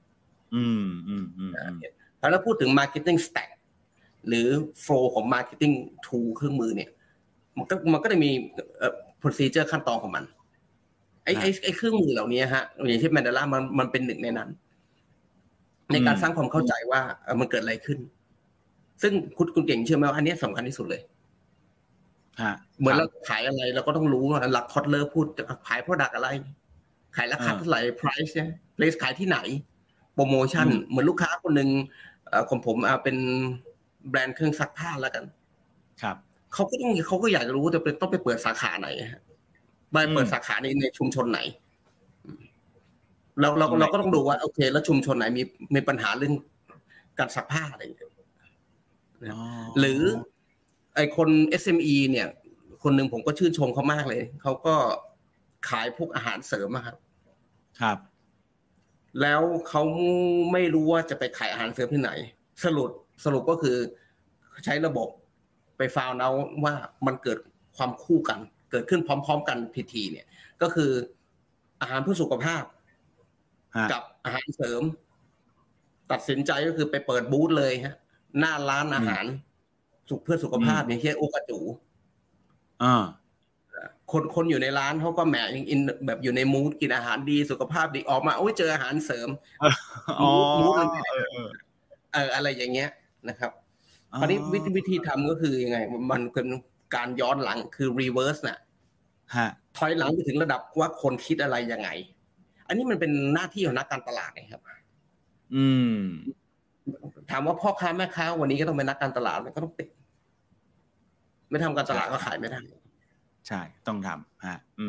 แล้วพูดถึง marketing stack หรือ flow ของ marketing tool เครื่องมือเนี่ยมันก็จะมีprocedure ขั้นตอนของมันไอ้เครื่องมือเหล่านี้ฮะอย่างเช่น Mandala มันเป็นหนึ่งในนั้นในการสร้างความเข้าใจว่ามันเกิดอะไรขึ้นซึ่งคุณเก่งเชื่อไหมว่าอันนี้สำคัญที่สุดเลยเหมือนเราขายอะไรเราก็ต้องรู้หลักคอตเลอร์พูดขาย product อะไรขายราคาเท่าไหร่ price เนี่ย place ขายที่ไหนโปรโมชั่นเหมือนลูกค้าคนนึงของผมเป็นแบรนด์เครื่องซักผ้าแล้วกันครับเขาก็อยากจะรู้แต่ต้องไปเปิดสาขาไหนฮะไปเปิดสาขาในชุมชนไหนเราก็ต้องดูว่าโอเคแล้วชุมชนไหนมีปัญหาเรื่องการซักผ้าอะไรอย่างเงี้ยหรือไอคน SME เนี่ยคนหนึ่งผมก็ชื่นชมเขามากเลยเขาก็ขายพวกอาหารเสริมอะครับครับแล้วเขาไม่รู้ว่าจะไปขายอาหารเสริมที่ไหนสรุปก็คือใช้ระบบไปฟาวน์เอาว่ามันเกิดความคู่กันเกิดขึ้นพร้อมๆกันทีเนี่ยก็คืออาหารเพื่อสุขภาพกับอาหารเสริมตัดสินใจก็คือไปเปิดบูธเลยฮะหน้าร้านอาหารเพื่อสุขภาพอย่างเช่นโอกาจูคนอยู่ในร้านเขาก็แหมยังอินแบบอยู่ในมูดกินอาหารดีสุขภาพดีออกมาโอ้ยเจออาหารเสริมมูดอะไรอย่างเงี้ยนะครับคราวนี้วิธีทำก็คือยังไงมันเป็นการย้อนหลังคือ reverse น่ะถอยหลังไปถึงระดับว่าคนคิดอะไรยังไงอันนี้มันเป็นหน้าที่ของนักการตลาดนะครับถามว่าพ่อค้าแม่ค้าวันนี้ก็ต้องเป็นนักการตลาดมันก็ต้องเป็นไม่ทำการตลาดก็ขายไม่ได้ใช่ต้องทำ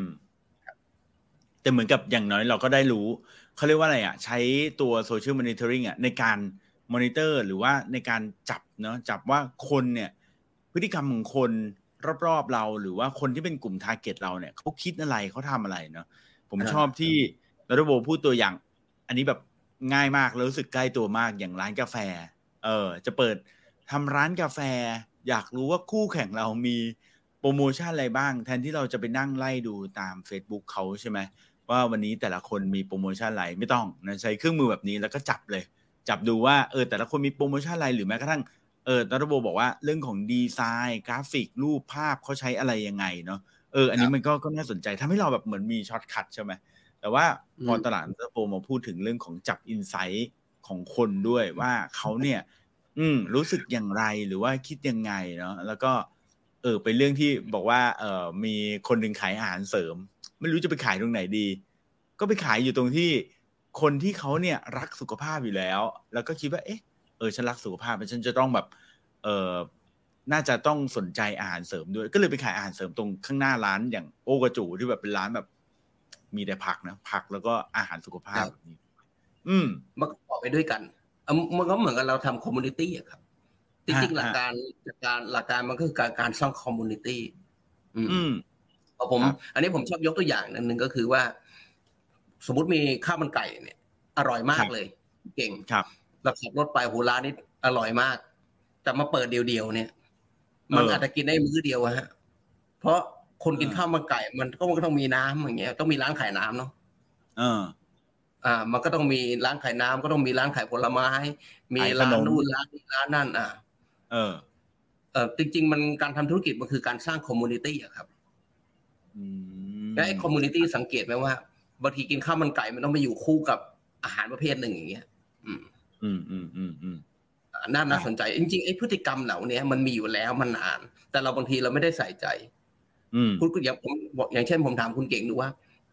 แต่เหมือนกับอย่างน้อยเราก็ได้รู้เขาเรียกว่าอะไรใช้ตัวโซเชียลมอนิเตอร์ริงในการมอนิเตอร์หรือว่าในการจับว่าคนเนี่ยพฤติกรรมของคนรอบๆเราหรือว่าคนที่เป็นกลุ่มทาร์เก็ตเราเนี่ยเขาคิดอะไรเขาทำอะไรเนาะผมชอบที่รัฐบาลพูดตัวอย่างอันนี้แบบง่ายมากแล้วรู้สึกใกล้ตัวมากอย่างร้านกาแฟจะเปิดทำร้านกาแฟอยากรู้ว่าคู่แข่งเรามีโปรโมชั่นอะไรบ้างแทนที่เราจะไปนั่งไล่ดูตาม Facebook เขาใช่ไหมว่าวันนี้แต่ละคนมีโปรโมชั่นอะไรไม่ต้องนะใช้เครื่องมือแบบนี้แล้วก็จับดูว่าแต่ละคนมีโปรโมชั่นอะไรหรือแม้กระทั่งดร.โบบอกว่าเรื่องของดีไซน์กราฟิกรูปภาพเขาใช้อะไรยังไงเนาะอันนี้มันก็น่าสนใจทำให้เราแบบเหมือนมีช็อตคัทใช่ไหมแต่ว่าพอตลาดดร.โบมาพูดถึงเรื่องของจับอินไซต์ของคนด้วยว่าเขาเนี่ยรู้สึกอย่างไรหรือว่าคิดยังไงเนาะแล้วก็เป็นเรื่องที่บอกว่ามีคนหนึ่งขายอาหารเสริมไม่รู้จะไปขายตรงไหนดีก็ไปขายอยู่ตรงที่คนที่เขาเนี่ยรักสุขภาพอยู่แล้วแล้วก็คิดว่าฉันรักสุขภาพฉันจะต้องแบบน่าจะต้องสนใจอาหารเสริมด้วยก็เลยไปขายอาหารเสริมตรงข้างหน้าร้านอย่างโอกระจูที่แบบเป็นร้านแบบมีแต่ผักนะผักแล้วก็อาหารสุขภาพแบบนี้มันก็ต่อไปด้วยกันมันก็เหมือนกับเราทำคอมมูนิตี้ครับจริงๆหลักการมันก็คือการสร้างคอมมูนิตี้อันนี้ผมชอบยกตัวอย่างนึงก็คือว่าสมมุติมีข้าวมันไก่เนี่ยอร่อยมากเลยเก่งเราขับรถไปโหร้านนี้อร่อยมากแต่มาเปิดเดียวๆเนี่ยมันอาจจะกินได้มื้อเดียวฮะเพราะคนกินข้าวมันไก่มันก็ต้องมีน้ำอย่างเงี้ยต้องมีร้านขายน้ำเนาะมันก็ต้องมีร้านขายน้ำก็ต้องมีร้านขายผลไม้มีร้านนู่นร้านนี้ร้านนั่นจริงๆมันการทำธุรกิจมันคือการสร้างคอมมูนิตี้อะครับและไอ้คอมมูนิตี้สังเกตไหมว่าบางทีกินข้าวมันไก่มันต้องไปอยู่คู่กับอาหารประเภทหนึ่งอย่างเงี้ยน่าสนใจจริงๆไอ้พฤติกรรมเหล่านี้มันมีอยู่แล้วมันนานแต่เราบางทีเราไม่ได้ใส่ใจคุณอย่างเช่นผมถามคุณเก่งดูว่า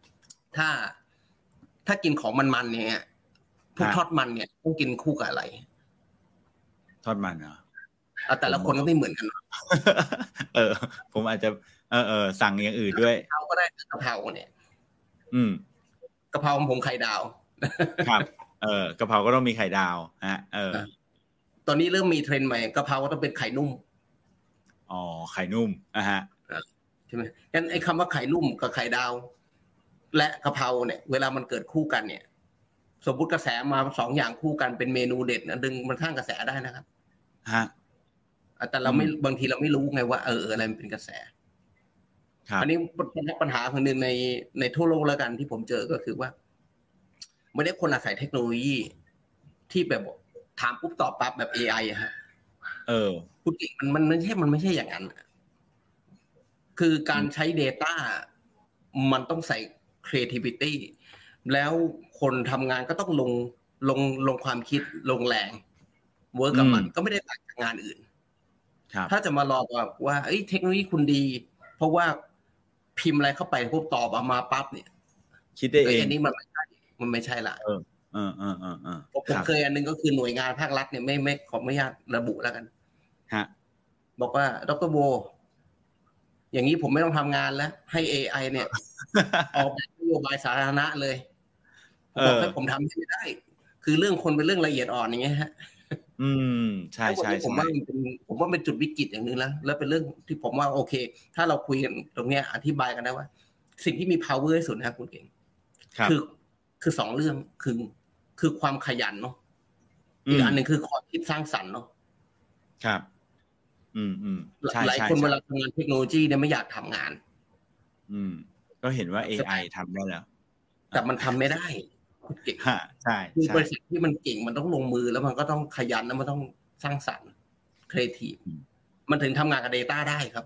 ถ้ากินของมันๆเนี่ยพวกทอดมันเนี่ยต้องกินคู่กับอะไรทอดมันเหรอแต่ละคนก็ไม่เหมือนกันผมอาจจะสั่งอย่างอื่นด้วยกะเพราก็ได้กะเพราเนี่ยกะเพราของผมไข่ดาวครับกะเพราก็ต้องมีไข่ดาวฮะตอนนี้เริ่มมีเทรนด์ใหม่กะเพราก็ต้องเป็นไข่นุ่มไข่นุ่มฮะใช่ไหมงั้นไอ้คำว่าไข่นุ่มกับไข่ดาวและกะเพราเนี่ยเวลามันเกิดคู่กันเนี่ยสมมุติกระแสมา2อย่างคู่กันเป็นเมนูเด็ดนะดึงมันสร้างกระแสได้นะครับฮะแต่เราไม่บางทีเราไม่รู้ไงว่าอะไรมันเป็นกระแสอันนี้ปัญหาคนหนึ่งในทั่วโลกแล้วกันที่ผมเจอก็คือว่าไม่ได้คนอาศัยเทคโนโลยีที่แบบถามปุ๊บตอบปั๊บแบบ AI ฮะพูดจริงมันไม่ใช่อย่างนั้นคือการใช้ data มันต้องใส่ creativity แล้วคนทำงานก็ต้องลงความคิดลงแรงเวิร์กกับมันก็ไม่ได้ต่างจากงานอื่นถ้าจะมารอว่าเทคโนโลยีคุณดีเพราะว่าพิมพ์อะไรเข้าไปพวกตอบออกมาปั๊บเนี่ยคิดได้เองอันนี้มันไม่ใช่ละผมเคยอันนึงก็คือหน่วยงานภาครัฐเนี่ยไม่ขออนุญาตระบุแล้วกันบอกว่าดร.โบอย่างนี้ผมไม่ต้องทำงานแล้วให้ AI เนี่ยออกแบบนโยบายสาธารณะเลยบอกให้ผมทำไม่ได้คือเรื่องคนเป็นเรื่องละเอียดอ่อนอย่างเงี้ยฮะใช่ใช่ผมว่าเป็นจุดวิกฤตอย่างนึงแล้วเป็นเรื่องที่ผมว่าโอเคถ้าเราคุยกันตรงเนี้ยอธิบายกันได้ว่าสิ่งที่มี power ที่สุดนะคุณเก่งคือ2เรื่องคือความขยันเนาะอีกอันนึงคือความคิดสร้างสรรค์เนาะครับหลายคนเวลาทำงานเทคโนโลยีเนี่ยไม่อยากทำงานก็เห็นว่า AI ทำได้แล้วแต่มันทำไม่ได้คุณเก่งใช่คือบริษัทที่มันเก่งมันต้องลงมือแล้วมันก็ต้องขยันแล้วมันต้องสร้างสรรค์ครีเอทีฟมันถึงทำงานกับ data ได้ครับ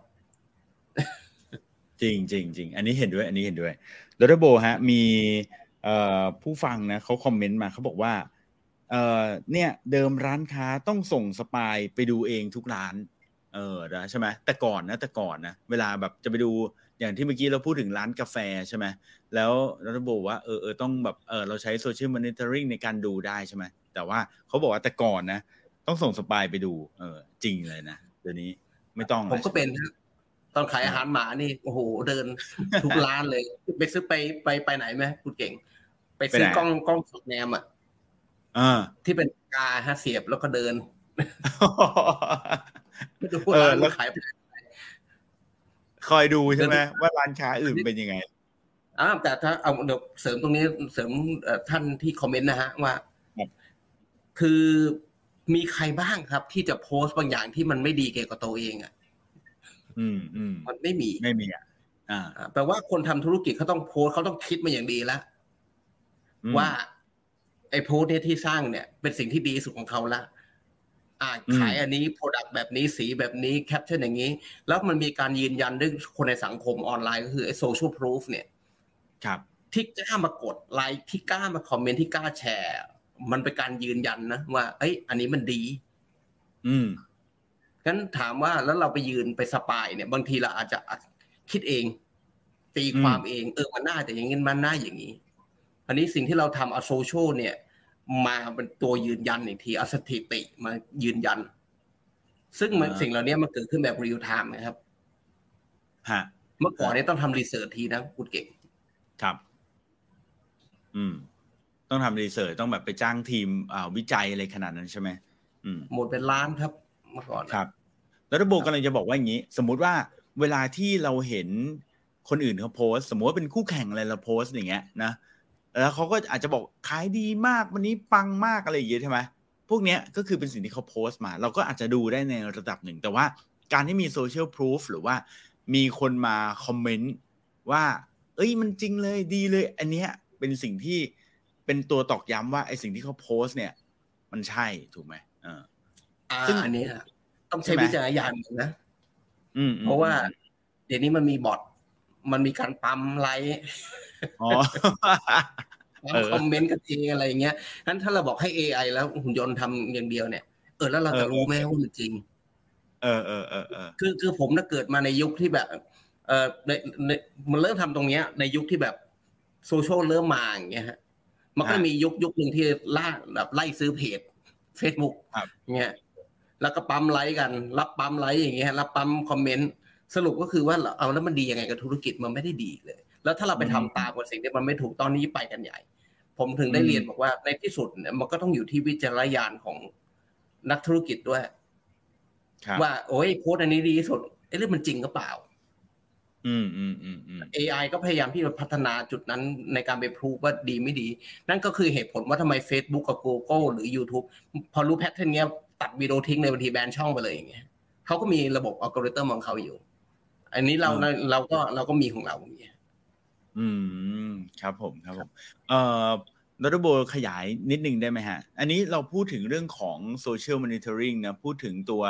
จริงอันนี้เห็นด้วยดร.โบฮะมีผู้ฟังนะเขาคอมเมนต์มาเขาบอกว่าเนี่ยเดิมร้านค้าต้องส่งสปายไปดูเองทุกร้านใช่ไหมแต่ก่อนนะเวลาแบบจะไปดูอย่างที่เมื่อกี้เราพูดถึงร้านกาแฟใช่ไหมแล้วดร.โบว่าต้องแบบเราใช้โซเชียลมอนิเตอร์ริ่งในการดูได้ใช่ไหมแต่ว่าเขาบอกว่าแต่ก่อนนะต้องส่งสปายไปดูจริงเลยนะเดี๋ยวนี้ไม่ต้องผมก็เป็นตอนขายอาหารหมานี่โอ้โหเดินทุกร้านเลยไปซื้อไปไหนไหมคุณเก่งไปซื้อกล้องสอดแนมที่เป็นกาเสียบแล้วก็เดินไม่ดูร้านขายคอยดูใช่ไหมว่าร้านค้าอื่นเป็นยังไงแต่ถ้าเอาเดี๋ยวเสริมตรงนี้เสริมท่านที่คอมเมนต์นะฮะว่าคือมีใครบ้างครับที่จะโพสต์บางอย่างที่มันไม่ดีเกี่ยวกับตัวเองมันไม่มีแปลว่าคนทำธุรกิจเขาต้องโพสต์เขาต้องคิดมาอย่างดีแล้วว่าไอ้โพสต์เนี่ยที่สร้างเนี่ยเป็นสิ่งที่ดีสุดของเขาละขายอันนี้ product แบบนี้สีแบบนี้แคปชั่นอย่างนี้แล้วมันมีการยืนยันด้วยคนในสังคมออนไลน์ก็คือไอ้ social proof เนี่ยครับที่กล้ามากดไลค์ที่กล้ามาคอมเมนต์ที่กล้าแชร์มันเป็นการยืนยันนะว่าอันนี้มันดีงั้นถามว่าแล้วเราไปยืนไปสปายเนี่ยบางทีเราอาจจะคิดเองตีความเองมันน่าแต่อย่างนี้มันน่าอย่างนี้อันนี้สิ่งที่เราทำเอาโซเชียลเนี่ยมาเป็นตัวยืนยันอีกทีเอาสถิติมายืนยันซึ่งสิ่งเหล่านี้มันเกิดขึ้นแบบเรียลไทม์นะครับเมื่อก่อนนี้ต้องทำรีเสิร์ชทีนะพูดเก่งครับต้องทำรีเสิร์ชต้องแบบไปจ้างทีมวิจัยอะไรขนาดนั้นใช่ไหมหมดเป็นล้านครับเมื่อก่อนครับแล้วระบบกำลังจะบอกว่าอย่างนี้สมมุติว่าเวลาที่เราเห็นคนอื่นเขาโพสสมมติว่าเป็นคู่แข่งอะไรเราโพสอย่างเงี้ยนะแล้วเขาก็อาจจะบอกขายดีมากวันนี้ปังมากอะไรอย่างเงี้ยใช่ไหมพวกเนี้ยก็คือเป็นสิ่งที่เขาโพสต์มาเราก็อาจจะดูได้ในระดับหนึ่งแต่ว่าการที่มีโซเชียลพรูฟหรือว่ามีคนมาคอมเมนต์ว่ามันจริงเลยดีเลยอันเนี้ยเป็นสิ่งที่เป็นตัวตอกย้ำว่าไอ้สิ่งที่เขาโพสต์เนี่ยมันใช่ถูกไหมซึ่งอันนี้ต้องใช้วิจารณญาณนะเพราะว่าเดี๋ยวนี้มันมีบอทมันมีการปั๊มไลค์คอมเมนต์กันเองอะไรอย่างเงี้ยงั้นถ้าเราบอกให้ AI แล้วหุ่นยนต์ทำอย่างเดียวเนี่ยแล้วเราจะรู้ไหมว่ามันจริงคือผมน่ะเกิดมาในยุคที่แบบมันเริ่มทำตรงเนี้ยในยุคที่แบบโซเชียลเริ่มมาอย่างเงี้ยฮะมันก็มียุคนึงที่ไล่ซื้อเพจ Facebook อย่างเงี้ยแล้วก็ปั๊มไลค์กันรับปั๊มไลค์อย่างเงี้ยรับปั๊มคอมเมนต์สรุปก็คือว่าเอาแล้วมันดียังไงกับธุรกิจมันไม่ได้ดีเลยแล้วถ้าเราไปทำตามกับสิ่งที่มันไม่ถูกตอนนี้ไปกันใหญ่ผมถึงได้เรียนบอกว่าในที่สุดเนี่ยมันก็ต้องอยู่ที่วิจารณญาณของนักธุรกิจด้วยว่าโโพสต์อันนี้ดีที่สุดเรื่องมันจริงหรือเปล่าAI ก็พยายามที่จะพัฒนาจุดนั้นในการไปพิสูจว่าดีไม่ดีนั่นก็คือเหตุผลว่าทำไม Facebook กับ Google หรือ YouTube พอรู้แพทเทิร์นเงี้ยตัดวิดีโอทิ้งเลยบางทีแบนช่องไปเลยอย่างเงี้ยเขาก็มีระบบอัลกอริทึมของเขาอยู่อันนี้เราก็มีของเราอย่างเงี้ยครับผมดร.โบขยายนิดนึงได้ไหมฮะอันนี้เราพูดถึงเรื่องของโซเชียลมอนิเตอร์ริงนะพูดถึงตัว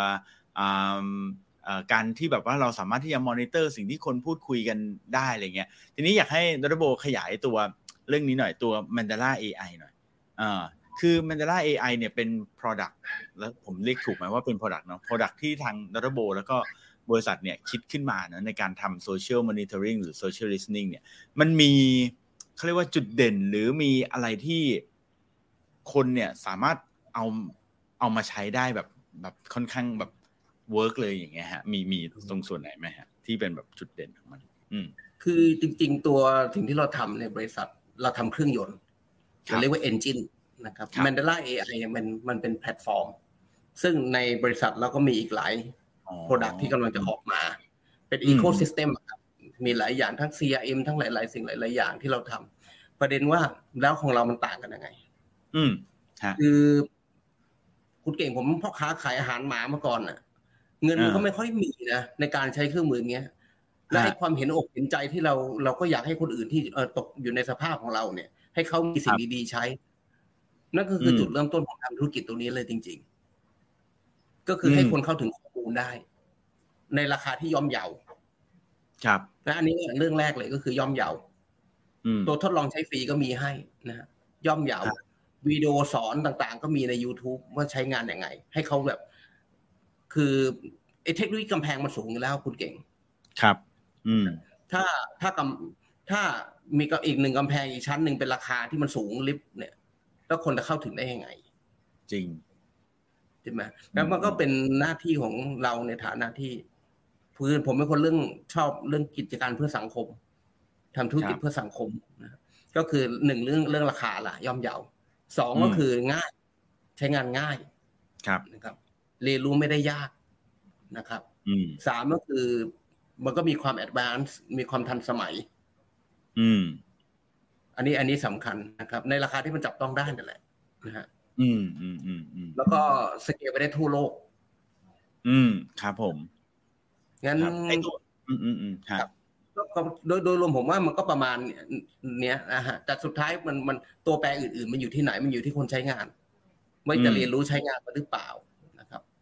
การที่แบบว่าเราสามารถที่จะมอนิเตอร์สิ่งที่คนพูดคุยกันได้อะไรเงี้ยทีนี้อยากให้ดร.โบขยายตัวเรื่องนี้หน่อยตัว Mandala AI หน่อยคือ Mandala AI เนี่ยเป็น product แล้วผมเรียกถูกไหมว่าเป็น product เนาะ product ที่ทางดร.โบแล้วก็บริษัทเนี่ยคิดขึ้นมานะในการทำ social monitoring หรือ social listening เนี่ยมันมีเขาเรียกว่าจุดเด่นหรือมีอะไรที่คนเนี่ยสามารถเอามาใช้ได้แบบค่อนข้างแบบเวิร์กเลยอย่างเงี้ยฮะมีตรงส่วนไหนไหมฮะที่เป็นแบบจุดเด่นของมันคือจริงๆตัวสิ่งที่เราทำในบริษัทเราทำเครื่องยนต์เราเรียกว่า engine นะครับ Mandala AI มันเป็นแพลตฟอร์มซึ่งในบริษัทเราก็มีอีกหลายproduct ที่กำลังจะออกมาเป็น ecosystem ครับมีหลายอย่างทั้ง CRM ทั้งหลายๆสิ่งหลายๆอย่างที่เราทำประเด็นว่าแล้วของเรามันต่างกันยังไงคือคุณเก่งผมพ่อค้าขายอาหารหมามาก่อนน่ะเงินมันก็ไม่ค่อยมีนะในการใช้เครื่องมือเงี้ยและให้ความเห็นอกเห็นใจที่เราก็อยากให้คนอื่นที่ตกอยู่ในสภาพของเราเนี่ยให้เขามีสิ่งดีๆใช้นั่นก็คือจุดเริ่มต้นของทำธุรกิจตรงนี้เลยจริงๆก็คือให้คนเข้าถึงข้อมูลได้ในราคาที่ย่อมเยาครับและอันนี้เรื่องแรกเลยก็คือย่อมเยาตัวทดลองใช้ฟรีก็มีให้นะย่อมเยาวิดีโอสอนต่างๆก็มีใน YouTube ว่าใช้งานยังไงให้เขาแบบคือไอ้เทคโนโลยีกำแพงมันสูงอยู่แล้วคุณเก่งครับถ้ามีก็อีกหนึ่งกำแพงอีกชั้นหนึ่งเป็นราคาที่มันสูงลิฟต์เนี่ยแล้วคนจะเข้าถึงได้ยังไงจริงใช่ไหมแล้วมันก็เป็นหน้าที่ของเราในฐานะที่คือผมเป็นคนชอบเรื่องกิจการเพื่อสังคมทำธุรกิจเพื่อสังคมนะก็คือหนึ่งเรื่องราคาล่ะย่อมเยาสองก็คือง่ายใช้งานง่ายนะครับเรียนรู้ไม่ได้ยากนะครับสามก็คือมันก็มีความแอดวานซ์มีความทันสมัยอันนี้สำคัญนะครับในราคาที่มันจับต้องได้นั่นแหละนะฮะแล้วก็สเกลไปได้ทั่วโลกครับผมงั้นครับก็โดยรวมผมว่ามันก็ประมาณเนี้ยนะฮะแต่สุดท้ายมันตัวแปรอื่นๆมันอยู่ที่ไหนมันอยู่ที่คนใช้งานไม่จะเรียนรู้ใช้งานมันหรือเปล่านะครับ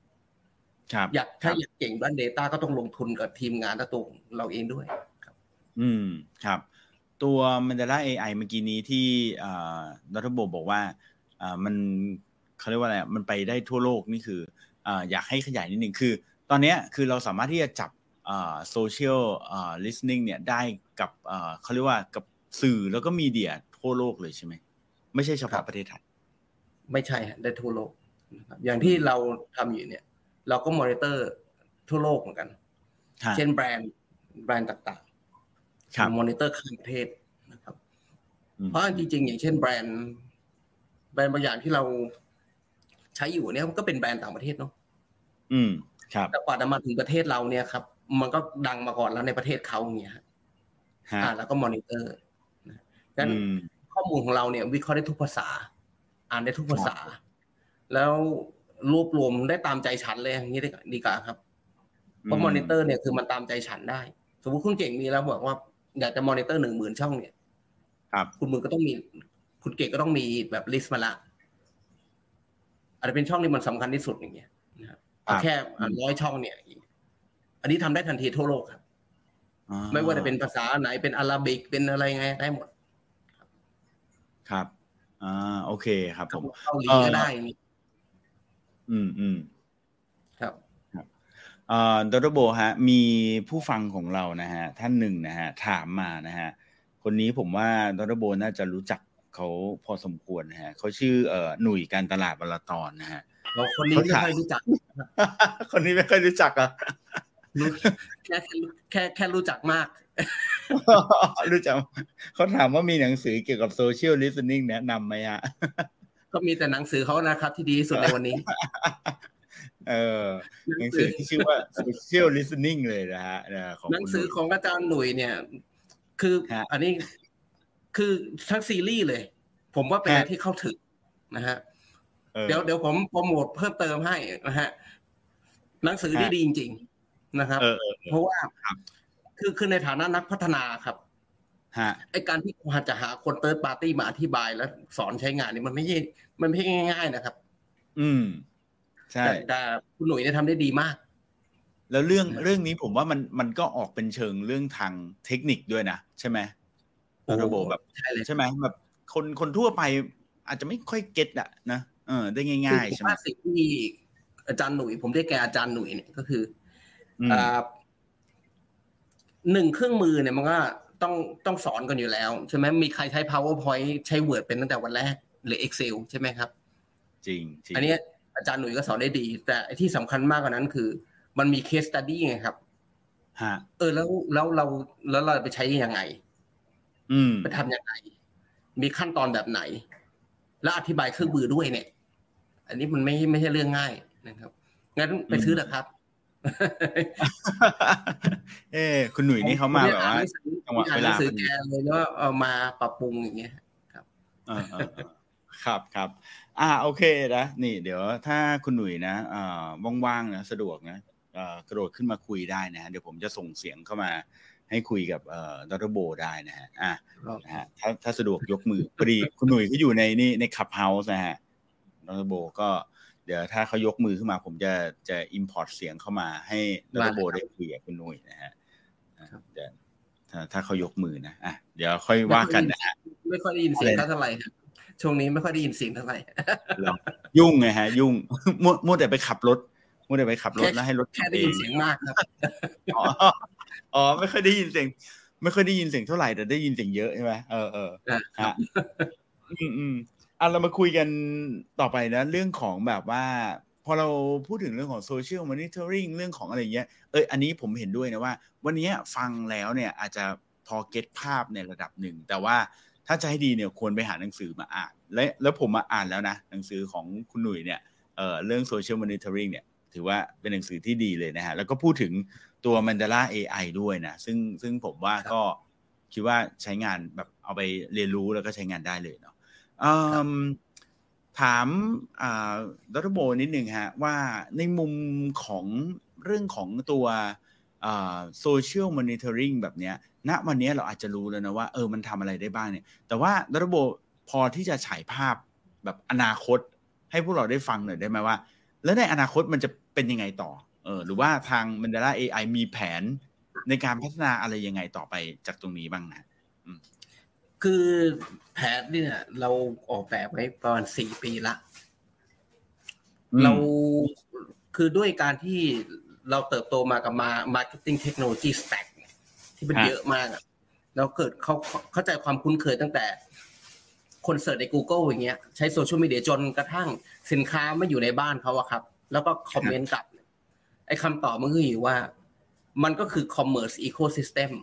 ครับถ้าอยากเก่งด้าน data ก็ต้องลงทุนกับทีมงานและตัวเราเองด้วยครับครับตัว Mandala AI เมื่อกี้นี้ที่ดร.โบบอกว่ามันเขาเรียกว่าอะไรมันไปได้ทั่วโลกนี่คืออยากให้ขยายนิดนึงคือตอนนี้คือเราสามารถที่จะจับsocial listening เนี่ยได้กับเขาเรียกว่ากับสื่อแล้วก็มีเดียทั่วโลกเลยใช่ไหมไม่ใช่เฉพาะประเทศไทยไม่ใช่ฮะได้ทั่วโลกนะครับอย่างที่เราทำอยู่เนี่ยเราก็มอนิเตอร์ทั่วโลกเหมือนกันเช่นแบรนด์ต่างๆมอนิเตอร์ข้ามประเทศนะครับเพราะจริงๆอย่างเช่นแบรนด์บางอย่างที่เราใช้อยู่เนี่ยมันก็เป็นแบรนด์ต่างประเทศเนาะครับแต่กว่าจะมาถึงประเทศเราเนี่ยครับมันก็ดังมาก่อนแล้วในประเทศเขาอย่างเงี้ยแล้วก็มอนิเตอร์งั้นข้อมูลของเราเนี่ยวิเคราะห์ได้ทุกภาษาอ่านได้ทุกภาษาแล้วรวบรวมได้ตามใจฉันเลยอย่างนี้ดีกว่าครับเพราะมอนิเตอร์เนี่ยคือมันตามใจฉันได้สมมติคุณเก่งมีแล้วบอกว่าอยากจะมอนิเตอร์ 10,000 ช่องเนี่ยคุณเก่งก็ต้องมีแบบลิสต์มาละอาจจะเป็นช่องที่มันสำคัญที่สุดอย่างเงี้ยนะครับแค่100 ช่องเนี่ยอันนี้ทำได้ทันทีทั่วโลกครับไม่ว่าจะเป็นภาษาไหนเป็นอาราบิกเป็นอะไรไงได้หมดครับโอเคครับผมเกาหลีก็ได้ครับดร.โบฮะมีผู้ฟังของเรานะฮะท่านหนึ่งนะฮะถามมานะฮะคนนี้ผมว่าดร.โบน่าจะรู้จักเขาพอสมควรนะฮะเขาชื่อหนุ่ยการตลาดวรตอนนะฮะคนนี้ไม่ค่อยรู้จักคนนี้ไม่ค่อยรู้จักอ่ะแค่รู้จักมากรู้จักเขาถามว่ามีหนังสือเกี่ยวกับ social listening แนะนำไหมฮะก็มีแต่หนังสือเขานะครับที่ดีที่สุดในวันนี้หนังสือที่ชื่อว่า social listening เลยนะฮะหนังสือของอาจารย์หนุ่ยเนี่ยคืออันนี้คือทั้งซีรีส์เลยผมว่าเป็นอะไรที่เข้าถึงนะฮะเดี๋ยวผมโปรโมทเพิ่มเติมให้นะฮะหนังสือดีจริงๆนะครับเพราะว่าคือในฐานะนักพัฒนาครับไอ้การที่จะหาคนเติร์ดปาร์ตี้มาอธิบายแล้วสอนใช้งานนี่มันไม่ใช่ง่ายๆนะครับใช่แต่คุณหนุ่ยเนี่ยทำได้ดีมากแล้วเรื่องนี้ผมว่ามันก็ออกเป็นเชิงเรื่องทางเทคนิคด้วยนะใช่ไหมระบบแบบใช่ไหมแบบคนทั่วไปอาจจะไม่ค่อยเก็ตอ่ะนะได้ง่ายๆใช่ไหมสิ่งที่อาจารย์หนุ่ยผมได้แก่อาจารย์หนุ่ยเนี่ยก็คือ1 เครื่องมือเนี่ยมันก็ต้องสอนกันอยู่แล้วใช่ไหมมีใครใช้ PowerPoint ใช้ Word เป็นตั้งแต่วันแรกหรือ Excel ใช่ไหมครับจริงอันนี้อาจารย์หนุ่ยก็สอนได้ดีแต่ที่สำคัญมากกว่านั้นคือมันมี case study ไงครับแล้วเราไปใช้ยังไงไปทำยังไงมีขั้นตอนแบบไหนแล้วอธิบายเครื่องมือด้วยเนี่ยอันนี้มันไม่ใช่เรื่องง่ายนะครับงั้นไปซื้อเถอะครับคุณหนุ่ยนี่เขามาแบบว่าจังหวะเวลาซื้อแกเลยแล้วเอามาปรับปรุงอย่างเงี้ยครับครับโอเคนะนี่เดี๋ยวถ้าคุณหนุ่ยนะว่างๆนะสะดวกนะกระโดดขึ้นมาคุยได้นะฮะเดี๋ยวผมจะส่งเสียงเข้ามาให้คุยกับดร.โบได้นะฮะนะฮะถ้าสะดวกยกมือพอดีคุณหนุ่ยเขาอยู่ในคลับเฮาส์นะฮะดร.โบก็เดี๋ยวถ้าเขายกมือขึ้นมาผมจะ import เสียงเข้ามาให้ดร.โบได้คุยกับคุณหนุ่ยนะฮะถ้าเขายกมือนะเดี๋ยวค่อยว่ากันนะฮะไม่ค่อยได้ยินเสียงเท่าไหร่ครับช่วงนี้ไม่ค่อยได้ยินเสียงเท่าไหร่ยุ่งไงฮะยุ่งมัวแต่ไปขับรถแล้วให้รถแค่ได้ยินเสียงมากครับไม่ค่อยได้ยินเสียงเท่าไหร่แต่ได้ยินเสียงเยอะใช่ไหมฮะเรามาคุยกันต่อไปนะเรื่องของแบบว่าพอเราพูดถึงเรื่องของ social monitoring เรื่องของอะไรเงี้ยอันนี้ผมเห็นด้วยนะว่าวันนี้ฟังแล้วเนี่ยอาจจะพอเก็ตภาพในระดับหนึ่งแต่ว่าถ้าจะให้ดีเนี่ยควรไปหาหนังสือมาอ่านแล้วผมมาอ่านแล้วนะหนังสือของคุณหนุ่ยเนี่ยเรื่อง social monitoring เนี่ยถือว่าเป็นหนังสือที่ดีเลยนะฮะแล้วก็พูดถึงตัว Mandala AI ด้วยนะซึ่งผมว่าก็คิดว่าใช้งานแบบเอาไปเรียนรู้แล้วก็ใช้งานได้เลยเนาะถามดร.โบนิดนึงฮะว่าในมุมของเรื่องของตัวsocial monitoring แบบเนี้ยณวันนี้เราอาจจะรู้แล้วนะว่ามันทำอะไรได้บ้างเนี่ยแต่ว่าดร.โบพอที่จะฉายภาพแบบอนาคตให้พวกเราได้ฟังหน่อยได้ไหมว่าแล้วในอนาคตมันจะเป็นยังไงต่อหรือว่าทาง Mandala AI มีแผนในการพัฒนาอะไรยังไงต่อไปจากตรงนี้บ้างนะคือแผนเนี่ยเราออกแบบไว้ประมาณ4 ปีละเราคือด้วยการที่เราเติบโตมากับmarketing technology stack ที่มันเยอะมากแล้วเกิดเข้าใจความคุ้นเคยตั้งแต่คนเสิร์ชใน Google อย่างเงี้ยใช้โซเชียลมีเดียจนกระทั่งสินค้าไม่อยู่ในบ้านเขาอะครับแล้วก็คอมเมนต์กลับไอ้คำตอบมันก็คือว่ามันก็คือ commerce ecosystem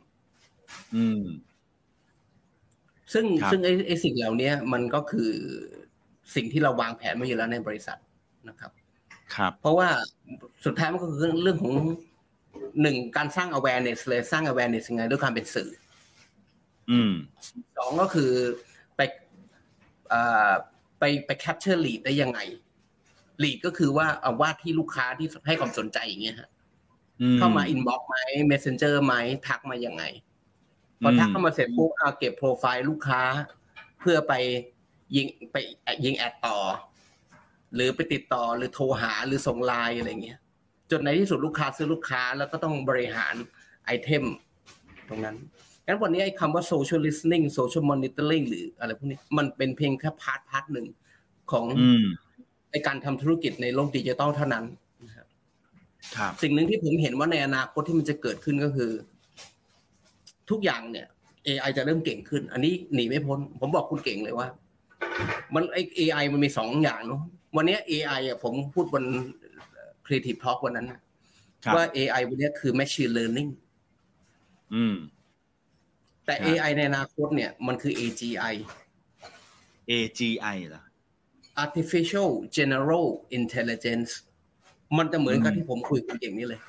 ซึ่งไอ้สิ่งเหล่านี้มันก็คือสิ่งที่เราวางแผนไว้อยู่แล้วในบริษัทนะครับเพราะว่าสุดท้ายมันก็คือเรื่องของ1การสร้าง awareness เลยสร้าง awareness ยังไงด้วยการเป็นสื่อ2ก็คือไป capture lead ได้ยังไง lead ก็คือว่าที่ลูกค้าที่ให้ความสนใจอย่างเงี้ยฮะเข้ามา inbox ไหม messenger ไหมทักมายังไงพอทักเข้ามาเสร็จปุ๊บเก็บโปรไฟล์ลูกค้าเพื่อไปยิงแอดต่อหรือไปติดต่อหรือโทรหาหรือส่งไลน์อะไรเงี้ยจนในที่สุดลูกค้าซื้อลูกค้าแล้วก็ต้องบริหารไอเทมตรงนั้นงั้นวันนี้ไอ้คำว่า social listening social monitoring หรืออะไรพวกนี้มันเป็นเพียงแค่พาร์ทหนึ่งของในการทำธุรกิจในโลกดิจิทัลเท่านั้นนะครับสิ่งหนึ่งที่ผมเห็นว่าในอนาคตที่มันจะเกิดขึ้นก็คือทุกอย่างเนี่ย AI จะเริ่มเก่งขึ้นอันนี้หนีไม่พ้นผมบอกคุณเก่งเลยว่ามันไอ้ AI มันมี2อย่างเนาะวันนี้ AI ผมพูดบน Creative Talk วันนั้นนะว่า AI วันนี้คือ machine learning แต่ AI ในอนาคตเนี่ยมันคือ AGI เหรอ Artificial General Intelligence มันจะเหมือนกับที่ผมคุยกับเก่งนี่เลย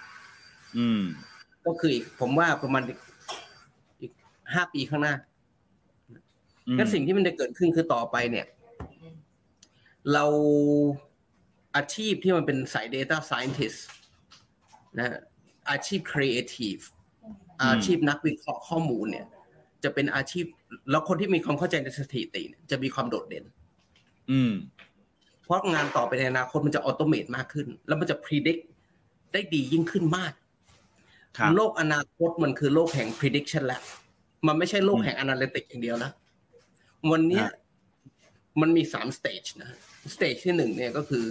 ก็คือผมว่าประมาณอีก5 ปีข้างหน้างั้นสิ่งที่มันจะเกิดขึ้นคือต่อไปเนี่ยเราอาชีพที่มันเป็นสาย data scientist นะอาชีพ creative อาชีพนักวิเคราะห์ข้อมูลเนี่ยจะเป็นอาชีพแล้วคนที่มีความเข้าใจในสถิติจะมีความโดดเด่นเพราะงานต่อไปในอนาคตมันจะออโตเมตมากขึ้นแล้วมันจะ predict ได้ดียิ่งขึ้นมากโลกอนาคตมันคือโลกแห่ง prediction แล้วมันไม่ใช่โลกแห่ง analytics อย่างเดียวนะวันนี้มันมี3 stage นะ stage ที่1เนี่ยก็คือ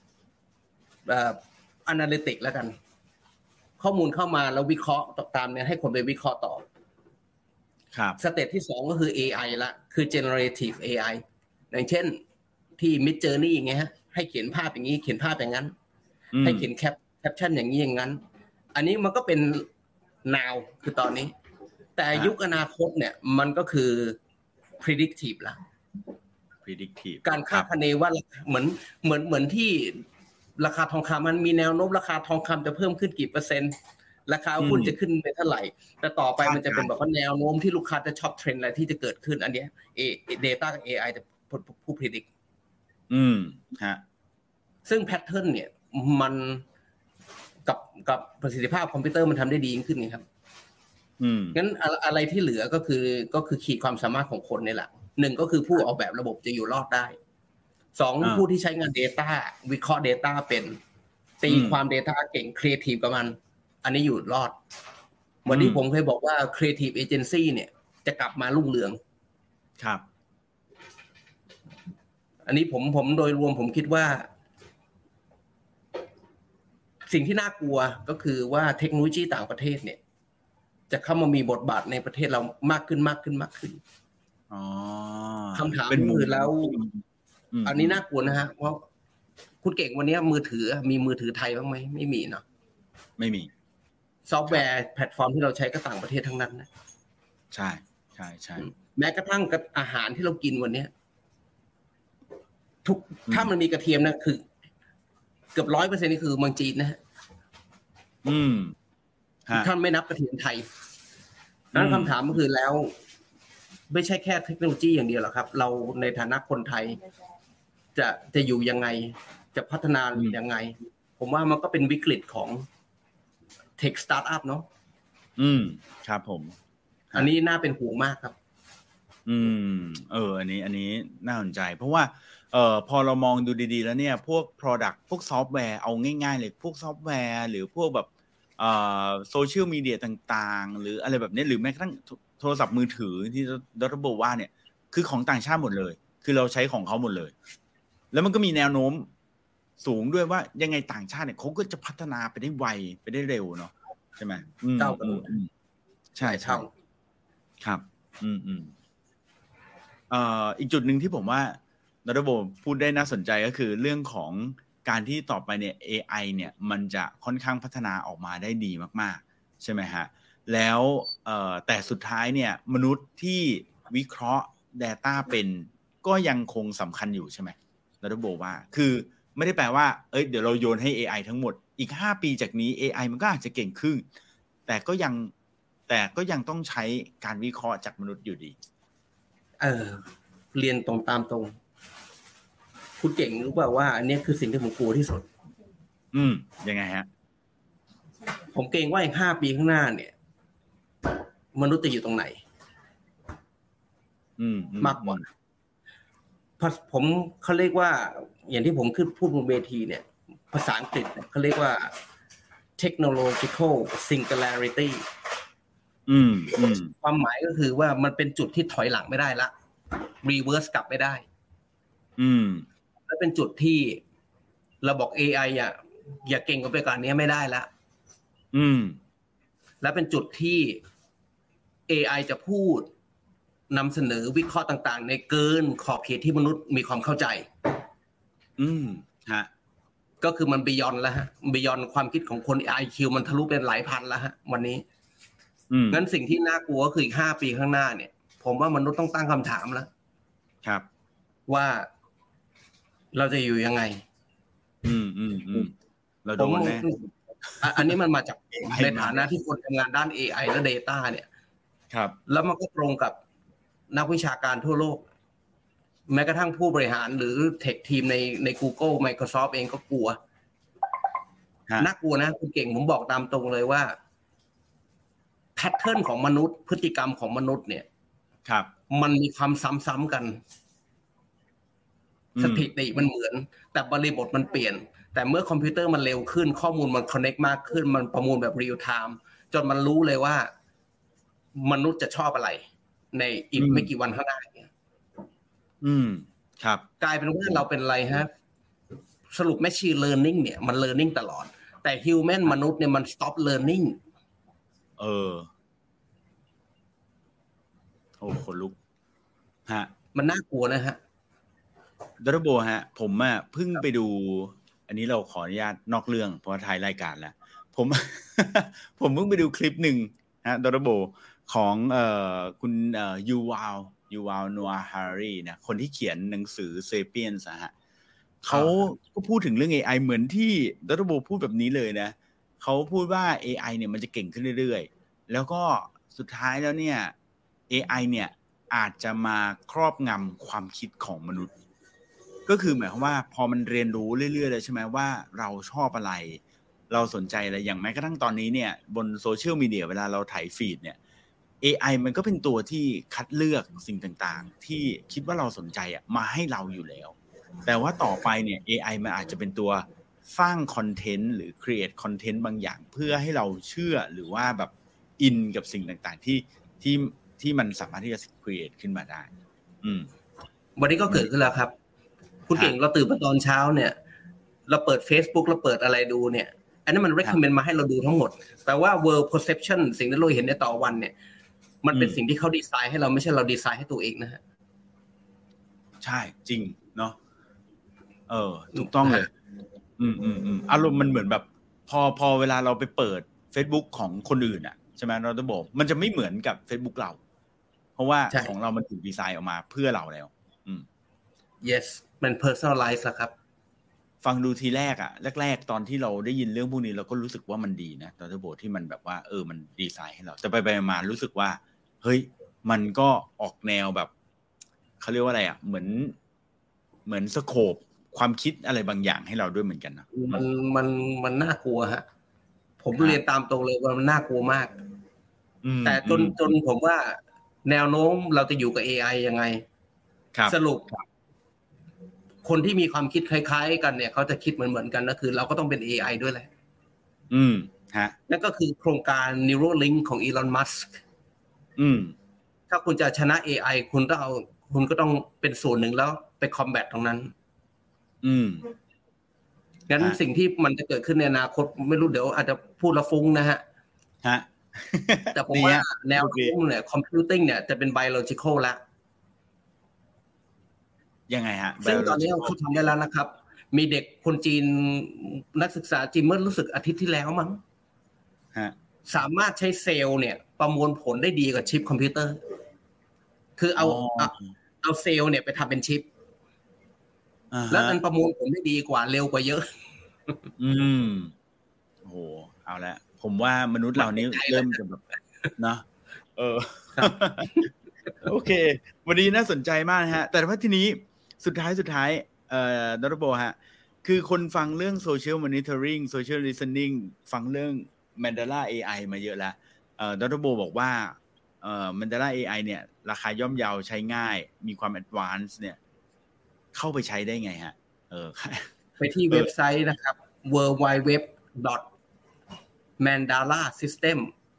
analytics แล้วกันข้อมูลเข้ามาแล้ววิเคราะห์ตามเนี่ยให้คนไปวิเคราะห์ต่อครับสเตจที่2ก็คือ AI ละคือ generative AI อย่างเช่นที่ Mid Journey อย่างเงี้ยให้เขียนภาพอย่างนี้เขียนภาพอย่างนั้นให้เขียนแคปชั่นอย่างนี้อย่างนั้นอันนี้มันก็เป็น now คือตอนนี้แต่ยุคอนาคตเนี่ยมันก็คือ predictive ละ predictive การคาดคะเนว่าเหมือนที่ราคาทองคำมันมีแนวโน้มราคาทองคำจะเพิ่มขึ้นกี่เปอร์เซ็นต์ราคาหุ้นจะขึ้นไปเท่าไหร่แต่ต่อไปมันจะเป็นแบบว่าแนวโน้มที่ลูกค้าจะชอบเทรนด์อะไรที่จะเกิดขึ้นอันเนี้ยdata กับ AI จะผู้ predict ฮะซึ่งแพทเทิร์นเนี่ยมันกับประสิทธิภาพคอมพิวเตอร์มันทำได้ดียิ่งขึ้นไงครับงั้นอะไรที่เหลือก็คือขีดความสามารถของคนนี่แหละ1ก็คือผู้ออกแบบระบบจะอยู่รอดได้2ผู้ที่ใช้งาน data วิเคราะห์ data เป็นตีความ data เก่ง creative กับมันอันนี้อยู่รอดวันนี้ผมเคยบอกว่า creative agency เนี่ยจะกลับมารุ่งเรืองครับอันนี้ผมโดยรวมผมคิดว่าสิ่งที่น่ากลัวก็คือว่าเทคโนโลยีต่างประเทศเนี่ยจะเข้ามามีบทบาทในประเทศเรามากขึ้นคำถามคือแล้วอันนี้น่ากลัวนะฮะเพราะคุณเก่งวันนี้มีมือถือไทยบ้างไหมไม่มีเนาะไม่มีซอฟต์แวร์แพลตฟอร์มที่เราใช้ก็ต่างประเทศทั้งนั้นนะใช่แม้กระทั่งกับอาหารที่เรากินวันนี้ทุกถ้ามันมีกระเทียมนะคือเกือบ 100% นี่คือเมืองจีนนะฮะท่านไม่นับกระเทียมไทยนั้นคำถามก็คือแล้วไม่ใช่แค่เทคโนโลยีอย่างเดียวหรอกครับเราในฐานะคนไทยจะอยู่ยังไงจะพัฒนายังไงผมว่ามันก็เป็นวิกฤตของเทคสตาร์ทอัพเนาะครับผมอันนี้น่าเป็นห่วงมากครับอันนี้น่าสนใจเพราะว่าพอเรามองดูดีๆแล้วเนี่ยพวก product พวกซอฟต์แวร์เอาง่ายๆเลยพวกซอฟต์แวร์หรือพวกแบบโซเชียลมีเดียต่างๆหรืออะไรแบบนี้หรือแม้กระทั่งโทรศัพท์มือถือที่ดร.บอกว่าเนี่ยคือของต่างชาติหมดเลยคือเราใช้ของเขาหมดเลยแล้วมันก็มีแนวโน้มสูงด้วยว่ายังไงต่างชาติเนี่ยเขาก็จะพัฒนาไปได้ไวไปได้เร็วเนาะใช่ไหมก้าวกระโดดใช่ครับอีกจุดหนึ่งที่ผมว่าดร.โบพูดได้น่าสนใจก็คือเรื่องของการที่ต่อไปเนี่ย AI เนี่ยมันจะค่อนข้างพัฒนาออกมาได้ดีมากๆใช่ไหมฮะแล้วแต่สุดท้ายเนี่ยมนุษย์ที่วิเคราะห์ data เป็นก็ยังคงสำคัญอยู่ใช่ไหมดร.โบว่าคือไม่ได้แปลว่าเดี๋ยวเราโยนให้ AI ทั้งหมดอีก5ปีจากนี้ AI มันก็อาจจะเก่งขึ้นแต่ก็ยังต้องใช้การวิเคราะห์จากมนุษย์อยู่ดีเรียนตรงตามตรงคุณเก่งรู้ป่าวว่าอันนี้คือสิ่งที่ผมกลัวที่สุดยังไงฮะผมเกรงว่าอีก5ปีข้างหน้าเนี่ยมนุษย์จะอยู่ตรงไหนมากกว่าผมเขาเรียกว่าอย่างที่ผมขึ้นพูดบนเวทีเนี่ยภาษาอังกฤษเขาเรียกว่า technological singularity ความหมายก็คือว่ามันเป็นจุดที่ถอยหลังไม่ได้ละ reverse กลับไม่ได้และเป็นจุดที่เราบอก AI อย่าเก่งกว่าไปกว่านี้ไม่ได้ละและเป็นจุดที่ AI จะพูดนำเสนอวิเคราะห์ต่างๆในเกินขอบเขตที่มนุษย์มีความเข้าใจฮะก็คือมัน beyond แล้วฮะ beyond ความคิดของคน IQ มันทะลุเป็นหลายพันแล้วฮะวันนี้งั้นสิ่งที่น่ากลัวก็คืออีก5ปีข้างหน้าเนี่ยผมว่ามนุษย์ต้องตั้งคำถามแล้วครับว่าเราจะอยู่ยังไงเราโดนแน่อันนี้มันมาจากในฐานะที่คนทำงานด้าน AI และ data เนี่ยครับแล้วมันก็ตรงกับนักวิชาการทั่วโลกแม้กระทั่งผู้บริหารหรือเทคทีมใน Google Microsoft เองก็กลัวน่ากลัวนะคุณเก่งผมบอกตามตรงเลยว่าแพทเทิร์นของมนุษย์พฤติกรรมของมนุษย์เนี่ยครับมันมีความซ้ำๆกันสถิติมันเหมือนแต่บริบทมันเปลี่ยนแต่เมื่อคอมพิวเตอร์มันเร็วขึ้นข้อมูลมันคอนเนคมากขึ้นมันประมวลแบบเรียลไทม์จนมันรู้เลยว่ามนุษย์จะชอบอะไรในอีกไม่กี่วันข้างหน้าเนี่ยครับกลายเป็นว่าเราเป็นอะไรฮะสรุป machine learning เนี่ยมัน learning ตลอดแต่ human มนุษย์เนี่ยมัน stop learning โอ้คนลุกฮะมันน่ากลัวนะฮะดร.โบฮะผมเพิ่งไปดูอันนี้เราขออนุญาตนอกเรื่องเพราะถ่ายรายการแล้วผมเพิ่งไปดูคลิปหนึ่งฮะดร.โบของคุณยูวาลโนอาฮารีนะคนที่เขียนหนังสือ Sapiens ฮะเขาก็พูดถึงเรื่อง AI เหมือนที่ดร.โบพูดแบบนี้เลยนะเขาพูดว่า AI เนี่ยมันจะเก่งขึ้นเรื่อยๆแล้วก็สุดท้ายแล้วเนี่ย AI เนี่ยอาจจะมาครอบงำความคิดของมนุษย์ก็คือหมายความว่าพอมันเรียนรู้เรื่อยๆเลยใช่ไหมว่าเราชอบอะไรเราสนใจอะไรอย่างแม้กระทั่งตอนนี้เนี่ยบนโซเชียลมีเดียเวลาเราถ่ายฟีดเนี่ย AI มันก็เป็นตัวที่คัดเลือกสิ่งต่างๆที่คิดว่าเราสนใจมาให้เราอยู่แล้วแต่ว่าต่อไปเนี่ย AI มันอาจจะเป็นตัวสร้างคอนเทนต์หรือ create คอนเทนต์บางอย่างเพื่อให้เราเชื่อหรือว่าแบบอินกับสิ่งต่างๆที่มันสามารถที่จะ create ขึ้นมาได้วันนี้ก็เกิดขึ้นแล้วครับคุณเก่งเราตื่นมาตอนเช้าเนี่ยเราเปิด Facebook เราเปิดอะไรดูเนี่ยอันนั้นมัน recommend มาให้เราดูทั้งหมดแปลว่า world perception สิ่งที่เราเห็นในต่อวันเนี่ยมันเป็นสิ่งที่เขาดีไซน์ให้เราไม่ใช่เราดีไซน์ให้ตัวเองนะฮะใช่จริงเนาะถูกต้องเลยอารมณ์มันเหมือนแบบพอเวลาเราไปเปิด Facebook ของคนอื่นใช่ไหมเราจะบอกมันจะไม่เหมือนกับ Facebook เราเพราะว่าของเรามันถูกดีไซน์ออกมาเพื่อเราแล้ว yes มัน personalize ละครับฟังดูทีแรกแรกตอนที่เราได้ยินเรื่องพวกนี้เราก็รู้สึกว่ามันดีนะตอนที่บอกที่มันแบบว่ามันดีไซน์ให้เราแต่ไปมารู้สึกว่าเฮ้ยมันก็ออกแนวแบบเขาเรียกว่าอะไรเหมือนสโคปความคิดอะไรบางอย่างให้เราด้วยเหมือนกันนะมันน่ากลัวฮะผมเรียนตามตรงเลยว่ามันน่ากลัวมากแต่จนผมว่าแนวโน้มเราจะอยู่กับ AI ยังไงสรุปคนที่มีความคิดคล้ายๆกันเนี่ยเขาจะคิดเหมือนกันก็คือเราก็ต้องเป็น AI ด้วยแหละฮะนั่นก็คือโครงการ Neuralink ของ Elon Musk ถ้าคุณจะชนะ AI คุณก็ต้องเป็นส่วนหนึ่งแล้วไปคอมแบทตรงนั้นงั้นสิ่งที่มันจะเกิดขึ้นในอนาคตไม่รู้เดี๋ยวอาจจะพูดละฟุ้งนะฮะแต่ผมว่าแนวโน้มเนี่ยคอมพิวติ้งเนี่ยจะเป็น biological แล้วยังไงฮะซึ่งตอนนี้เขาทำได้แล้วนะครับมีเด็กคนจีนนักศึกษาจีนเมื่อรู้สึกอาทิตย์ที่แล้วมั้งสามารถใช้เซลล์เนี่ยประมวลผลได้ดีกว่าชิปคอมพิวเตอร์คือเอาเซลล์เนี่ยไปทำเป็นชิปแล้วมันประมวลผลได้ดีกว่าเร็วกว่าเยอะโอ้โหเอาละผมว่ามนุษย์เรานี้เริ่มจะแบบเนาะโอเควันนี้น่าสนใจมากฮะแต่ว่าทีนี้สุดท้ายดร.โบฮะคือคนฟังเรื่อง social monitoring social listening ฟังเรื่อง Mandala AI มาเยอะแล้วดร.โบบอกว่าMandala AI เนี่ยราคาย่อมเยาใช้ง่ายมีความ advanced เนี่ยเข้าไปใช้ได้ไงฮะไปที่เว็บไซต์นะครับ www.mandalasystem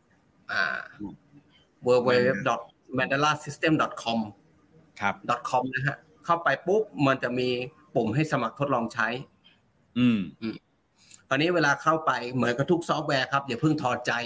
www.mandalasystem.com ครับ .com นะฮะเข้าไปปุ๊บมันจะมีปุ่มให้สมัครทดลองใช้ตอนนี้เวลาเข้าไปเหมือนกับทุกซอฟต์แวร์ครับอย่าเพิ่งถอดใจ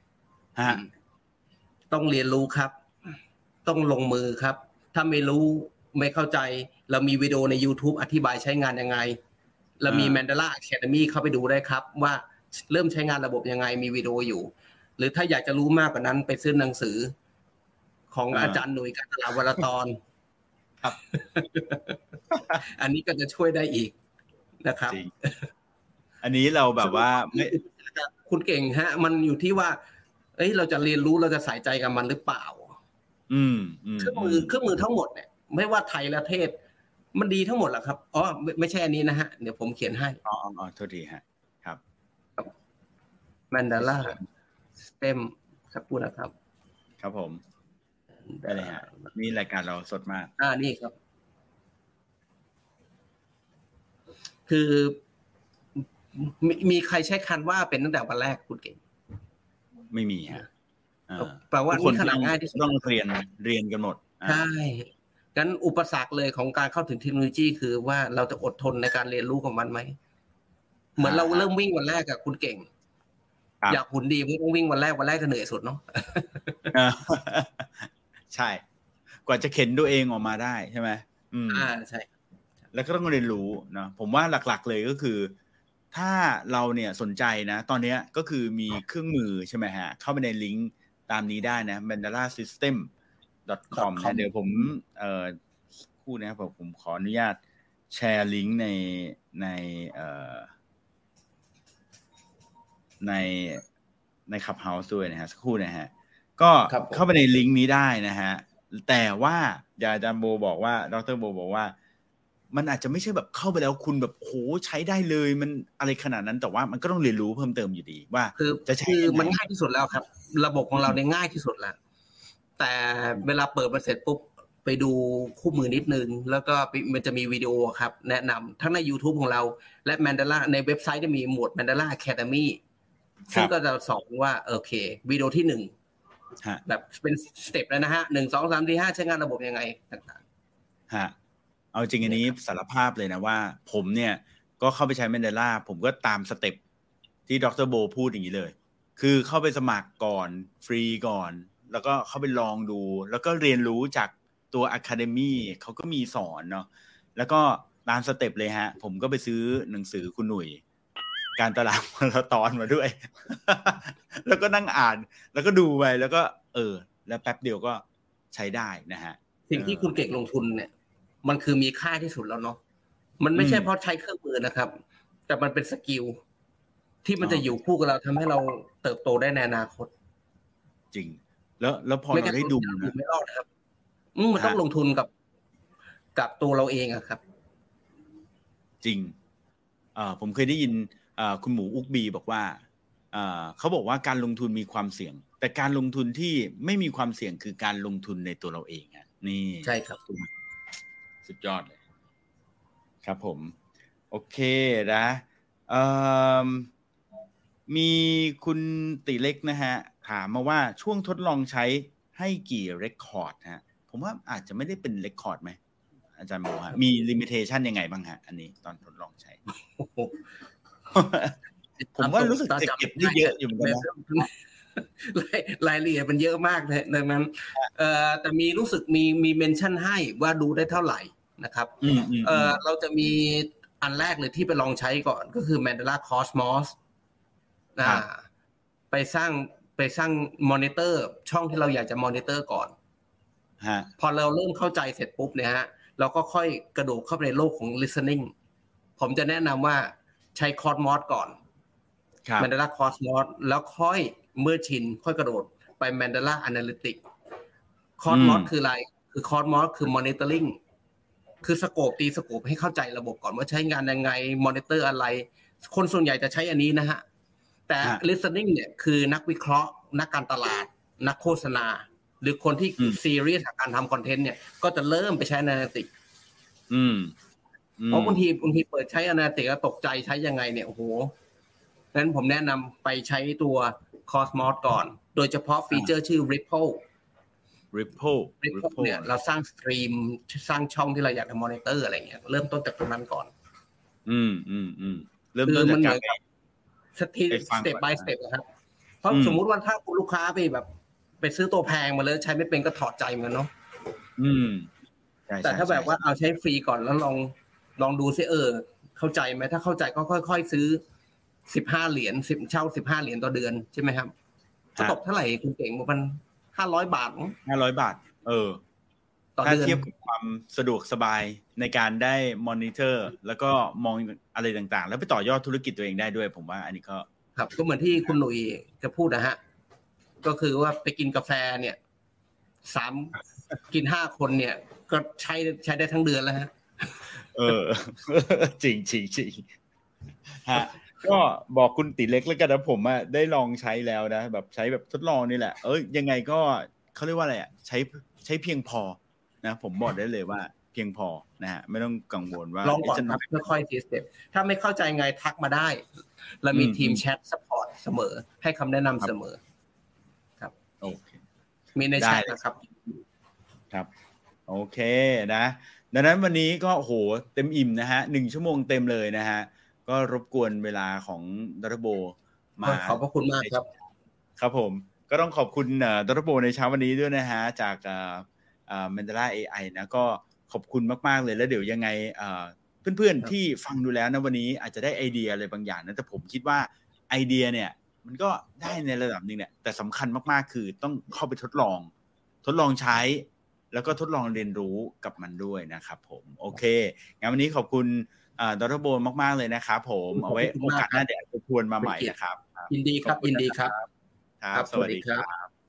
ต้องเรียนรู้ครับต้องลงมือครับถ้าไม่รู้ไม่เข้าใจเรามีวิดีโอใน YouTube อธิบายใช้งานยังไงเรามี Mandala Academy เข้าไปดูได้ครับว่าเริ่มใช้งานระบบยังไงมีวิดีโออยู่หรือถ้าอยากจะรู้มากกว่านั้นไปซื้อหนังสือของอาจารย์หนุ่ยกัตลาวรตรครับอันนี้ก็จะช่วยได้อีกนะครับอันนี้เราแบบว่าไม่คุณเก่งฮะมันอยู่ที่ว่าเราจะเรียนรู้เราจะใส่ใจกับมันหรือเปล่าเครื่องมือทั้งหมดเนี่ยไม่ว่าไทยและเทศมันดีทั้งหมดแหละครับอ๋อไม่ใช่อันนี้นะฮะเดี๋ยวผมเขียนให้โทษทีฮะครับ Mandala System สักครู่นะครับครับผมได้เลยฮะนี่รายการเราสดมากนี่ครับคือมีใครใช้คันว่าเป็นตั้งแต่วันแรกคุณเก่งไม่มีฮะแปลว่านี่ขนาดง่ายที่สุดต้องเรียนกันหมดใช่งั้นอุปสรรคเลยของการเข้าถึงเทคโนโลยีคือว่าเราจะอดทนในการเรียนรู้กับมันไหมเหมือนเราเริ่มวิ่งวันแรกกับคุณเก่งอยากหุ่นดีไม่ต้องวิ่งวันแรกจะเหนื่อยสุดเนาะใช่กว่าจะเข็นตัวเองออกมาได้ใช่ไหมใช่แล้วก็ต้องเรียนรู้เนาะผมว่าหลักๆเลยก็คือถ้าเราเนี่ยสนใจนะตอนนี้ก็คือมีเครื่องมือใช่ไหมฮะเข้าไปในลิงก์ตามนี้ได้นะ mandalasystem.com นะเดี๋ยวผมพูดนะครับผมขออนุญาตแชร์ลิงก์ในClubhouse ด้วยนะฮะสักครู่นะฮะก็เข้าไปในลิงก์นี้ได้นะฮะแต่ว่าอาจารย์โบบอกว่าดร.โบบอกว่ามันอาจจะไม่ใช่แบบเข้าไปแล้วคุณแบบโหใช้ได้เลยมันอะไรขนาดนั้นแต่ว่ามันก็ต้องเรียนรู้เพิ่มเติมอยู่ดีว่าจะใช้มันง่ายที่สุดแล้วครับระบบของเราเนี่ยง่ายที่สุดแล้วแต่เวลาเปิดมาเสร็จปุ๊บไปดูคู่มือนิดนึงแล้วก็มันจะมีวิดีโอครับแนะนำทั้งใน YouTube ของเราและ Mandala ในเว็บไซต์จะมีหมวด Mandala Academy ซึ่งก็จะสอนว่าโอเควิดีโอที่1แบบเป็นสเต็ปแล้วนะฮะ1 2 3 4 5ใช้งานระบบยังไงต่างๆฮะเอาจริงอันนี้สารภาพเลยนะว่าผมเนี่ยก็เข้าไปใช้ Mandala ผมก็ตามสเต็ปที่ดร.โบพูดอย่างนี้เลยคือเข้าไปสมัครก่อนฟรีก่อนแล้วก็เข้าไปลองดูแล้วก็เรียนรู้จากตัว Academy เขาก็มีสอนเนาะแล้วก็ตามสเต็ปเลยฮะผมก็ไปซื้อหนังสือคุณหนุ่ยการตลาดมาราธอนมาด้วย แล้วก็นั่งอ่านแล้วก็ดูไปแล้วก็แล้วแป๊บเดียวก็ใช้ได้นะฮะสิ่งที่คุณเก่งลงทุนเนี่ยมันคือมีค่าที่สุดแล้วเนาะมันไม่ใช่เพราะใช้เครื่องมือนะครับแต่มันเป็นสกิลที่มันจะอยู่คู่กับเราทำให้เราเติบโตได้ในอนาคตจริงแล้วพอเราได้ดูนะไม่รอดครับมันต้องลงทุนกับตัวเราเองอะครับจริงผมเคยได้ยินคุณหมูอุกบีบอกว่าเขาบอกว่าการลงทุนมีความเสี่ยงแต่การลงทุนที่ไม่มีความเสี่ยงคือการลงทุนในตัวเราเองนี่ใช่ครับสุดยอดเลยครับผมโอเคนะมีคุณติเล็กนะฮะถามมาว่าช่วงทดลองใช้ให้กี่เรคคอร์ดฮะผมว่าอาจจะไม่ได้เป็นเรคคอร์ดไหมอาจารย์โมฮะมีลิมิเตชันยังไงบ้างฮะอันนี้ตอนทดลองใช้ ผมว่ารู้สึกจะเก็บได้เยอะอยู่เหมือนกันนะรายละเอียดมันเยอะมากเลยดังนั้นแต่มีรู้สึกมีเมนชั่นให้ว่าดูได้เท่าไหร่นะครับเราจะมีอันแรกเลยที่ไปลองใช้ก่อนก็คือ Mandala Cosmos ไปสร้างมอนิเตอร์ช่องที่เราอยากจะมอนิเตอร์ก่อนพอเราเริ่มเข้าใจเสร็จปุ๊บเนี่ยฮะเราก็ค่อยกระโดดเข้าไปในโลกของ listening ผมจะแนะนำว่าใช้ Cosmos ก่อน Mandala Cosmos แล้วค่อยเมื่อชินค่อยกระโดดไป Mandala Analytics Cosmos คืออะไรคือ Cosmos คือ monitoring คือสโคปตีสโคปให้เข้าใจระบบก่อนว่าใช้งานยังไงมอนิเตอร์อะไรคนส่วนใหญ่จะใช้อันนี้นะฮะแต่ listening เนี่ยคือนักวิเคราะห์นักการตลาดนักโฆษณาหรือคนที่ซีเรียสกับการทำคอนเทนต์เนี่ยก็จะเริ่มไปใช้ Analytics เพราะบางทีเปิดใช้ Analytics แล้วตกใจใช้ยังไงเนี่ยโอ้โหงั้นผมแนะนำไปใช้ตัว Cosmos ก่อนโดยเฉพาะฟีเจอร์ชื่อ Ripple เนี่ยเราสร้างสตรีมสร้างช่องที่เราอยากจะมอนิเตอร์อะไรเงี้ยเริ่มต้นจากตรงนั้นก่อนเริ่มต้นจากการ step by step นะครับเพราะสมมุติว่าถ้าคุณลูกค้าไปซื้อตัวแพงมาเลยใช้ไม่เป็นก็ถอดใจเหมือนกันเนาะแต่ถ้าแบบว่าเอาใช้ฟรีก่อนแล้วลองดูซิเข้าใจไหมถ้าเข้าใจก็ค่อยๆซื้อ15เหรียญ10เช่า15เหรียญต่อเดือนใช่ไหมครับจะตกเท่าไหร่คุณเก่งมัน500 บาท 500 บาทถ้าเทียบกับความสะดวกสบายในการได้มอนิเตอร์แล้วก็มองอะไรต่างๆแล้วไปต่อยอดธุรกิจตัวเองได้ด้วยผมว่าอันนี้ก็ครับก็เหมือนที่คุณหนุ่ยจะพูดนะฮะก็คือว่าไปกินกาแฟเนี่ยกิน5คนเนี่ยก็ใช้ได้ทั้งเดือนแล้วฮะจริงฮะก็บอกคุณติเล็กแล้วกันนะผมได้ลองใช้แล้วนะแบบใช้แบบทดลองนี่แหละยังไงก็เขาเรียกว่าอะไรใช้เพียงพอนะผมบอกได้เลยว่าเพียงพอนะฮะไม่ต้องกังวลว่าลองก่อนครับค่อยๆทีสเต็ปถ้าไม่เข้าใจไงทักมาได้เรามีทีมแชทซัพพอร์ตเสมอให้คำแนะนำเสมอครับโอเคมีในแชทนะครับโอเคนะดังนั้นวันนี้ก็โหเต็มอิ่มนะฮะ1ชั่วโมงเต็มเลยนะฮะก็รบกวนเวลาของดร.โบมาขอบพระคุณมากครับครับผมก็ต้องขอบคุณดร.โบในเช้าวันนี้ด้วยนะฮะจากMandala AI นะก็ขอบคุณมากๆเลยแล้วเดี๋ยวยังไงเพื่อนๆที่ฟังดูแล้วนะวันนี้อาจจะได้ไอเดียอะไรบางอย่างนะแต่ผมคิดว่าไอเดียเนี่ยมันก็ได้ในระดับนึงเนี่ยแต่สำคัญมากๆคือต้องเข้าไปทดลองใช้แล้วก็ทดลองเรียนรู้กับมันด้วยนะครับผมโอเคงั้นวันนี้ขอบคุณดร.โบมากๆเลยนะครับผมเอาไว้โอกาสหน้าเดี๋ยวจะชวนมาใหม่นะครับยินดีครับครับสวัสดีครับ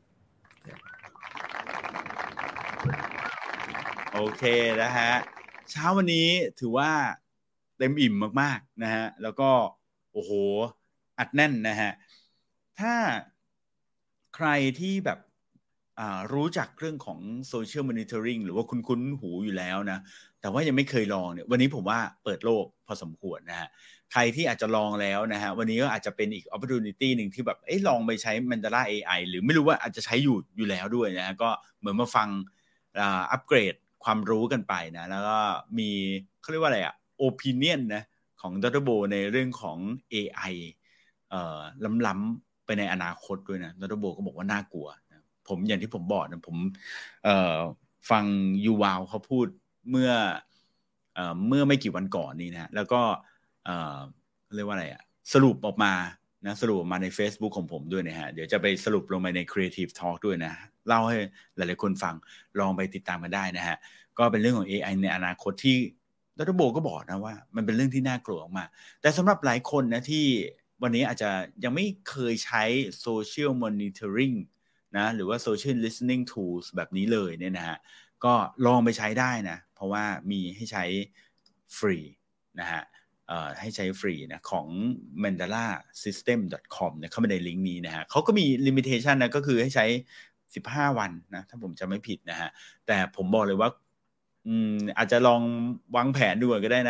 โอเคนะฮะเช้าวันนี้ถือว่าเต็มอิ่มมากๆนะฮะแล้วก็โอ้โหอัดแน่นนะฮะถ้าใครที่แบบรู้จักเรื่องของ social monitoring หรือว่าคุ้นหูอยู่แล้วนะแต่ว่ายังไม่เคยลองเนี่ยวันนี้ผมว่าเปิดโลกพอสมควรนะฮะใครที่อาจจะลองแล้วนะฮะวันนี้ก็อาจจะเป็นอีก opportunity นึงที่แบบลองไปใช้ Mandala AI หรือไม่รู้ว่าอาจจะใช้อยู่แล้วด้วยนะฮะก็เหมือนมาฟังอัปเกรดความรู้กันไปนะแล้วก็มีเขาเรียกว่าอะไรopinion นะของดร.โบในเรื่องของ AI ล้ำๆไปในอนาคตด้วยนะดร.โบก็บอกว่าน่ากลัวนะผมอย่างที่ผมบอกนะผมฟังยูวาลเขาพูดเมื่อไม่กี่วันก่อนนี้นะแล้วก็เรียกว่าอะไรสรุปออกมาใน Facebook ของผมด้วยนะฮะเดี๋ยวจะไปสรุปลงไปใน Creative Talk ด้วยนะเล่าให้หลายๆคนฟังลองไปติดตามกันได้นะฮะก็เป็นเรื่องของ AI ในอนาคตที่ดร.โบก็บอกนะว่ามันเป็นเรื่องที่น่ากลัวมากแต่สำหรับหลายคนนะที่วันนี้อาจจะยังไม่เคยใช้ Social Monitoring นะหรือว่า Social Listening Tools แบบนี้เลยเนี่ยนะฮะก็ลองไปใช้ได้นะเพราะว่ามีให้ใช้ฟรีนะฮะให้ใช้ฟรีนะของ mandalasystem.com เนี่ยเข้าไปในลิงก์นี้นะฮะเขาก็มี limitation นะก็คือให้ใช้15วันนะถ้าผมจำไม่ผิดนะฮะแต่ผมบอกเลยว่าอาจจะลองวางแผนดูก็ได้นะ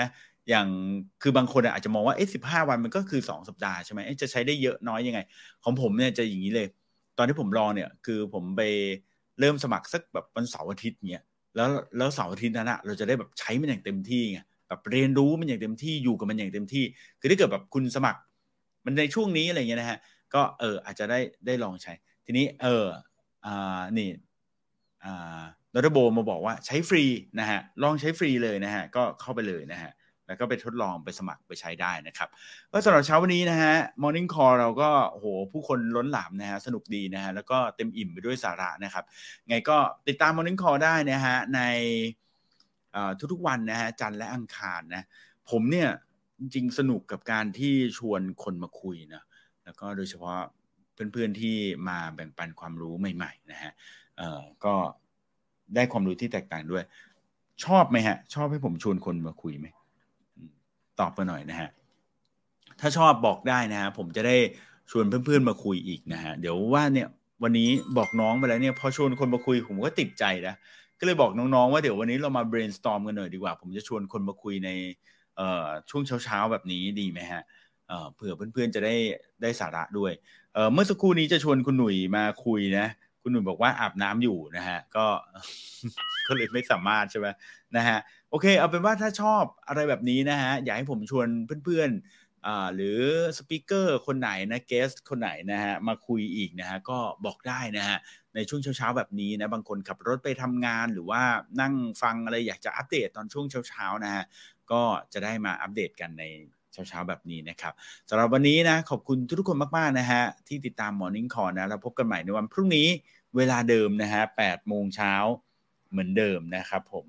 อย่างคือบางคนอาจจะมองว่า15 วันมันก็คือ2 สัปดาห์ใช่ไหมจะใช้ได้เยอะน้อยยังไงของผมเนี่ยจะอย่างนี้เลยตอนที่ผมลองเนี่ยคือผมไปเริ่มสมัครสักแบบวันเสาร์อาทิตย์เงี้ยแล้วเสาร์อาทิตย์นั้นเราจะได้แบบใช้มันอย่างเต็มที่ไงแบบเรียนรู้มันอย่างเต็มที่อยู่กับมันอย่างเต็มที่คือถ้าเกิดแบบคุณสมัครมันในช่วงนี้อะไรเงี้ยนะฮะก็อาจจะได้ลองใช้ทีนี้นี่ดร.โบมาบอกว่าใช้ฟรีนะฮะลองใช้ฟรีเลยนะฮะก็เข้าไปเลยนะฮะแล้วก็ไปทดลองไปสมัครไปใช้ได้นะครับก็สำหรับเช้าวันนี้นะฮะ Morning Call เราก็โหผู้คนล้นหลามนะฮะสนุกดีนะฮะแล้วก็เต็มอิ่มไปด้วยสาระนะครับไงก็ติดตาม Morning Call ได้นะฮะในทุกๆวันนะฮะจันทร์และอังคารนะผมเนี่ยจริงๆสนุกกับการที่ชวนคนมาคุยนะแล้วก็โดยเฉพาะเพื่อนๆที่มาแบ่งปันความรู้ใหม่ๆนะฮะก็ได้ความรู้ที่แตกต่างด้วยชอบไหมฮะชอบให้ผมชวนคนมาคุยไหมตอบมาหน่อยนะฮะถ้าชอบบอกได้นะฮะผมจะได้ชวนเพื่อนๆมาคุยอีกนะฮะเดี๋ยวว่าเนี่ยวันนี้บอกน้องไปแล้วเนี่ยพอชวนคนมาคุยผมก็ติดใจนะก็เลยบอกน้องๆว่าเดี๋ยววันนี้เรามา brainstorm กันหน่อยดีกว่าผมจะชวนคนมาคุยในช่วงเช้าๆแบบนี้ดีไหมฮะเผื่อเพื่อนๆจะได้สาระด้วยเมื่อสักครู่นี้จะชวนคุณหนุ่ยมาคุยนะคุณหนุ่ยบอกว่าอาบน้ำอยู่นะฮะก็เลยไม่สามารถใช่ไหมนะฮะโอเคเอาเป็นว่าถ้าชอบอะไรแบบนี้นะฮะอยากให้ผมชวนเพื่อนๆหรือสปีกเกอร์คนไหนนะเกสคนไหนนะฮะมาคุยอีกนะฮะก็บอกได้นะฮะในช่วงเช้าๆแบบนี้นะบางคนขับรถไปทำงานหรือว่านั่งฟังอะไรอยากจะอัปเดตตอนช่วงเช้าๆนะฮะก็จะได้มาอัปเดตกันในเช้าๆแบบนี้นะครับสำหรับวันนี้นะขอบคุณทุกคนมากๆนะฮะที่ติดตาม Morning Call นะแล้วพบกันใหม่ในวันพรุ่งนี้เวลาเดิมนะฮะ 8 โมงเช้าเหมือนเดิมนะครับผม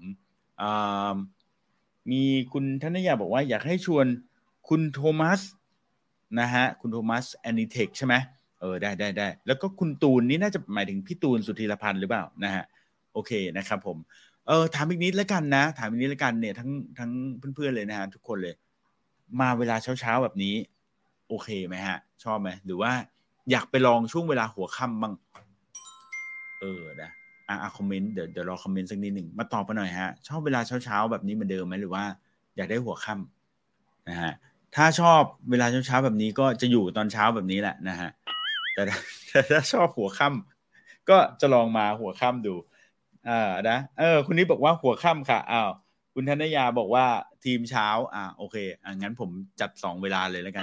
มีคุณธนยาบอกว่าอยากให้ชวนคุณโทมัสนะฮะคุณโทมัสแอนิเทคใช่ไหมได้แล้วก็คุณตูนนี่น่าจะหมายถึงพี่ตูนสุธีรพันธ์หรือเปล่านะฮะโอเคนะครับผมถามอีกนิดแล้วกันนะถามอีกนิดแล้วกันเนี่ยทั้งเพื่อนๆเลยนะฮะทุกคนเลยมาเวลาเช้าแบบนี้โอเคไหมฮะชอบไหมหรือว่าอยากไปลองช่วงเวลาหัวค่ำบ้างนะคอมเมนต์เดี๋ยวรอคอมเมนต์สักนิดหนึ่งมาตอบมาหน่อยฮะชอบเวลาเช้าแบบนี้เหมือนเดิมไหมหรือว่าอยากได้หัวค่ำนะฮะถ้าชอบเวลาเช้าแบบนี้ก็จะอยู่ตอนเช้าแบบนี้แหละนะฮะแต่ถ้าชอบหัวค่ำก็จะลองมาหัวค่ำดูนะคุณนี้บอกว่าหัวค่ำค่ะคุณธนยาบอกว่าทีมเช้าโอเคงั้นผมจัด2เวลาเลยแล้วกัน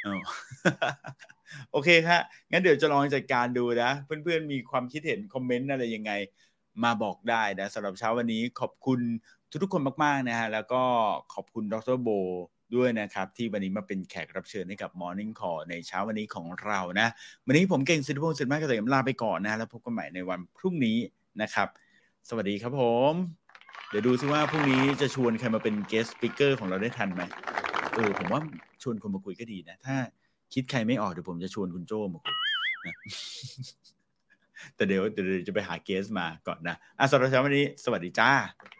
โอเคครับงั้นเดี๋ยวจะลองจัดการดูนะเพื่อนๆมีความคิดเห็นคอมเมนต์อะไรยังไงมาบอกได้นะสำหรับเช้าวันนี้ขอบคุณทุกๆคนมากๆนะฮะแล้วก็ขอบคุณดร.โบด้วยนะครับที่วันนี้มาเป็นแขกรับเชิญให้กับ Morning Call ในเช้าวันนี้ของเรานะวันนี้ผมเก่งสิทธิพงศ์สิทธิมาเกษมลาไปก่อนนะแล้วพบกันใหม่ในวันพรุ่งนี้นะครับสวัสดีครับผมเดี๋ยวดูซิว่าพรุ่งนี้จะชวนใครมาเป็น guest speaker ของเราได้ทันไหมผมว่าชวนคนมาคุยก็ดีนะถ้าคิดใครไม่ออกเดี๋ยวผมจะชวนคุณโจ้มาคุยนะแต่เดี๋ยวจะไปหาเกสมาก่อนนะสำหรับเช้าวันนี้สวัสดีจ้า